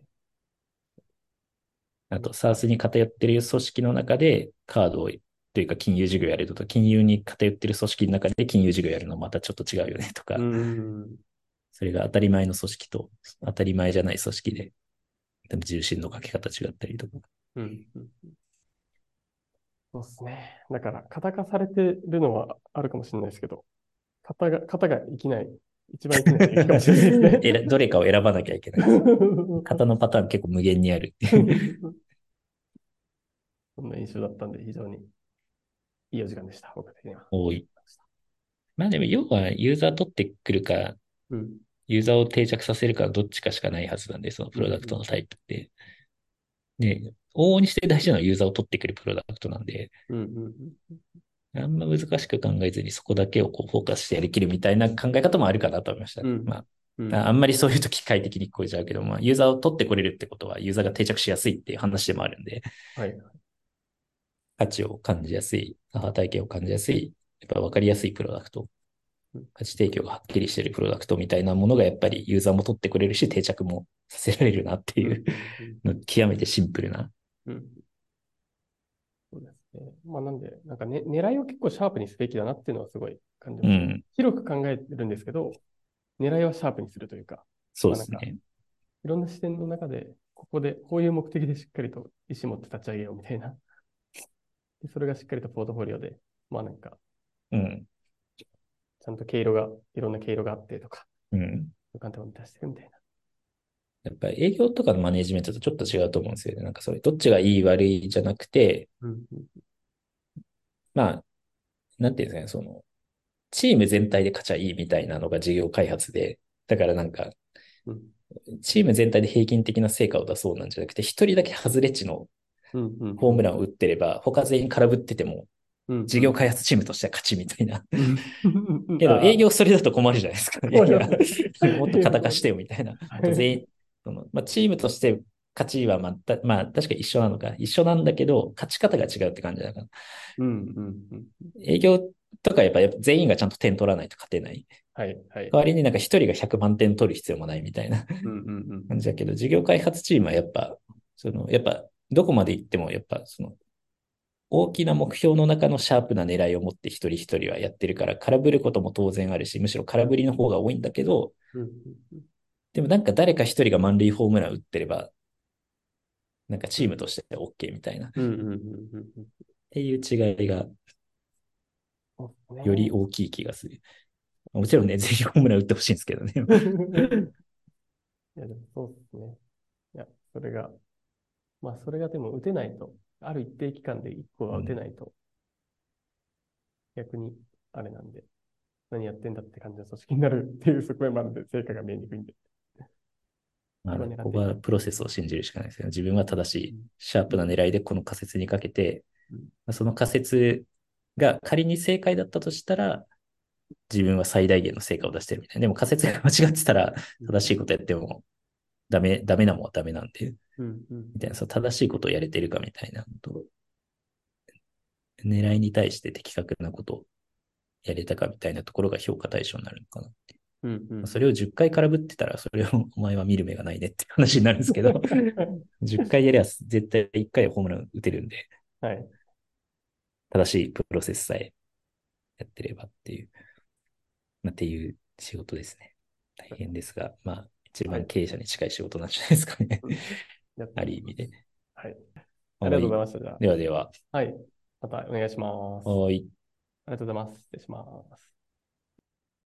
S3: あと、
S2: なんか、
S3: サースに偏っている組織の中で、カードを、というか金融事業やると、金融に偏っている組織の中で金融事業やるのはまたちょっと違うよねと
S2: う
S3: か、
S2: ん。
S3: それが当たり前の組織と当たり前じゃない組織で、多分重心のかけ方違ったりとか。
S2: うん。うん。そうですね。だから、型化されてるのはあるかもしれないですけど、型が、型が生きない、一番生きない領域かもしれないですね。
S3: えらどれかを選ばなきゃいけない。型のパターン結構無限にあるっていう。
S2: そんな印象だったんで、非常にいいお時間でした、僕的には。
S3: 多い。まあでも、要はユーザー取ってくるか、
S2: うん。
S3: ユーザーを定着させるかどっちかしかないはずなんで、そのプ
S2: うん。う
S3: ロダクトのタ
S2: ん。
S3: イプって。で、往々にして大事なのはユーザーを取ってくるプロダクトなんで、
S2: うん。うん。
S3: あんま難しく考えずにそこだけをこうフォーカスしてやりきるみたいな考え方もあるかなと思いました。
S2: うん。
S3: まあ、
S2: うん。
S3: あんまりそういうと機械的に聞こえちゃうけど、まあ、ユーザーを取ってこれるってことは、ユーザーが定着しやすいっていう話でもあるんで、
S2: はい。
S3: 価値を感じやすい、アハ体験を感じやすい、やっぱ分かりやすいプロダクト、
S2: うん。
S3: 価値提供がはっきりしているプロダクトみたいなものがやっぱりユーザーも取ってくれるし、定着もさせられるなって
S2: うん。
S3: いう
S2: うん。
S3: の、極めてシンプルな。
S2: うん。そうですね。まあ、なんで、なんかね、狙いを結構シャープにすべきだなっていうのはすごい感じました。
S3: うん、
S2: 広く考えてるんですけど、狙いはシャープにするというか、まあなんか、
S3: そうですね。
S2: いろんな視点の中で、ここで、こういう目的でしっかりと意思持って立ち上げようみたいな。で、それがしっかりとポートフォリオで、まあなんか、
S3: うん、
S2: ちゃんと毛色が、いろんな毛色があってとか、
S3: うん。
S2: 観点を満たしてるみたいな。
S3: やっぱり営業とかのマネジメントとちょっと違うと思うんですよね。なんかそれ、どっちがいい悪いじゃなくて、
S2: うん。うん。
S3: まあ、なんていうんですかね、その、チーム全体で勝ちゃいいみたいなのが事業開発で、だからなんか、
S2: うん。
S3: チーム全体で平均的な成果を出そうなんじゃなくて、一人だけ外れ値の
S2: うん。うん。
S3: ホームランを打ってれば、他全員空振ってても、
S2: うん。
S3: 事業開発チームとしては勝ちみたいな。
S2: うん。うん。
S3: けど、
S2: ああ、
S3: 営業それだと困るじゃないですか。いやいや、
S2: 困りますね。
S3: もっと型化してよみたいな。もっと全員、そのまあ、チームとして勝ちはまた、まあ、確か一緒なのか。一緒なんだけど、勝ち方が違うって感じだから。
S2: うん。うん。うん。
S3: 営業とかやっぱ全員がちゃんと点取らないと勝てない。
S2: はい。はい。
S3: 代わりになんか一人がひゃくまん点取る必要もないみたいな
S2: うん。うん。うん。
S3: 感じだけど、事業開発チームはやっぱ、その、やっぱ、どこまで行っても、やっぱ、その、大きな目標の中のシャープな狙いを持って一人一人はやってるから、空振ることも当然あるし、むしろ空振りの方が多いんだけど、
S2: うん。
S3: でもなんか誰か一人が満塁ホームラン打ってれば、なんか
S2: うん。
S3: チームとして OK みたいな、っ
S2: うん。うん。うん。うん。
S3: ていう違いが
S2: そうです
S3: より
S2: ね。
S3: 大きい気がする。もちろんね、ぜひホームラン打ってほしいんですけどね。
S2: いや、でもそうですね。いや、それが、まあ、それがでも打てないと、ある一定期間で一個が打て
S3: うん、
S2: ないと、逆にあれなんで、何やってんだって感じの組織になるっていう側面もあるんで、成果が見えにくいんで。
S3: まあ、
S2: これを狙って
S3: ここはプロセスを信じるしかないですよね。自分は正しい、シャープな狙いでこの仮説にかけて、
S2: うん
S3: その仮説が仮に正解だったとしたら、自分は最大限の成果を出してるみたいな。でも仮説が間違ってたら、正しいことやってもダメ、ダメなもんはダメなんで、
S2: うんうん
S3: みたいな、その正しいことをやれてるかみたいなのと、狙いに対して的確なことをやれたかみたいなところが評価対象になるのかな。
S2: うんうん
S3: それをじゅっかい空振ってたら、それをお前は見る目がないねって話になるんですけど、じゅっかいやりゃ絶対いっかいはホームラン打てるんで、
S2: はい。
S3: 正しいプロセスさえやってればっていう、まあ、っていう仕事ですね。大変ですが、まあ、一番経営者に近い仕事なんじゃないですかね。
S2: やって
S3: ある意味で。
S2: はい。ありがとうございました。じゃ
S3: ではでは。
S2: あ、はい。またお願いします。
S3: はい。
S2: ありがとうございます。失礼します。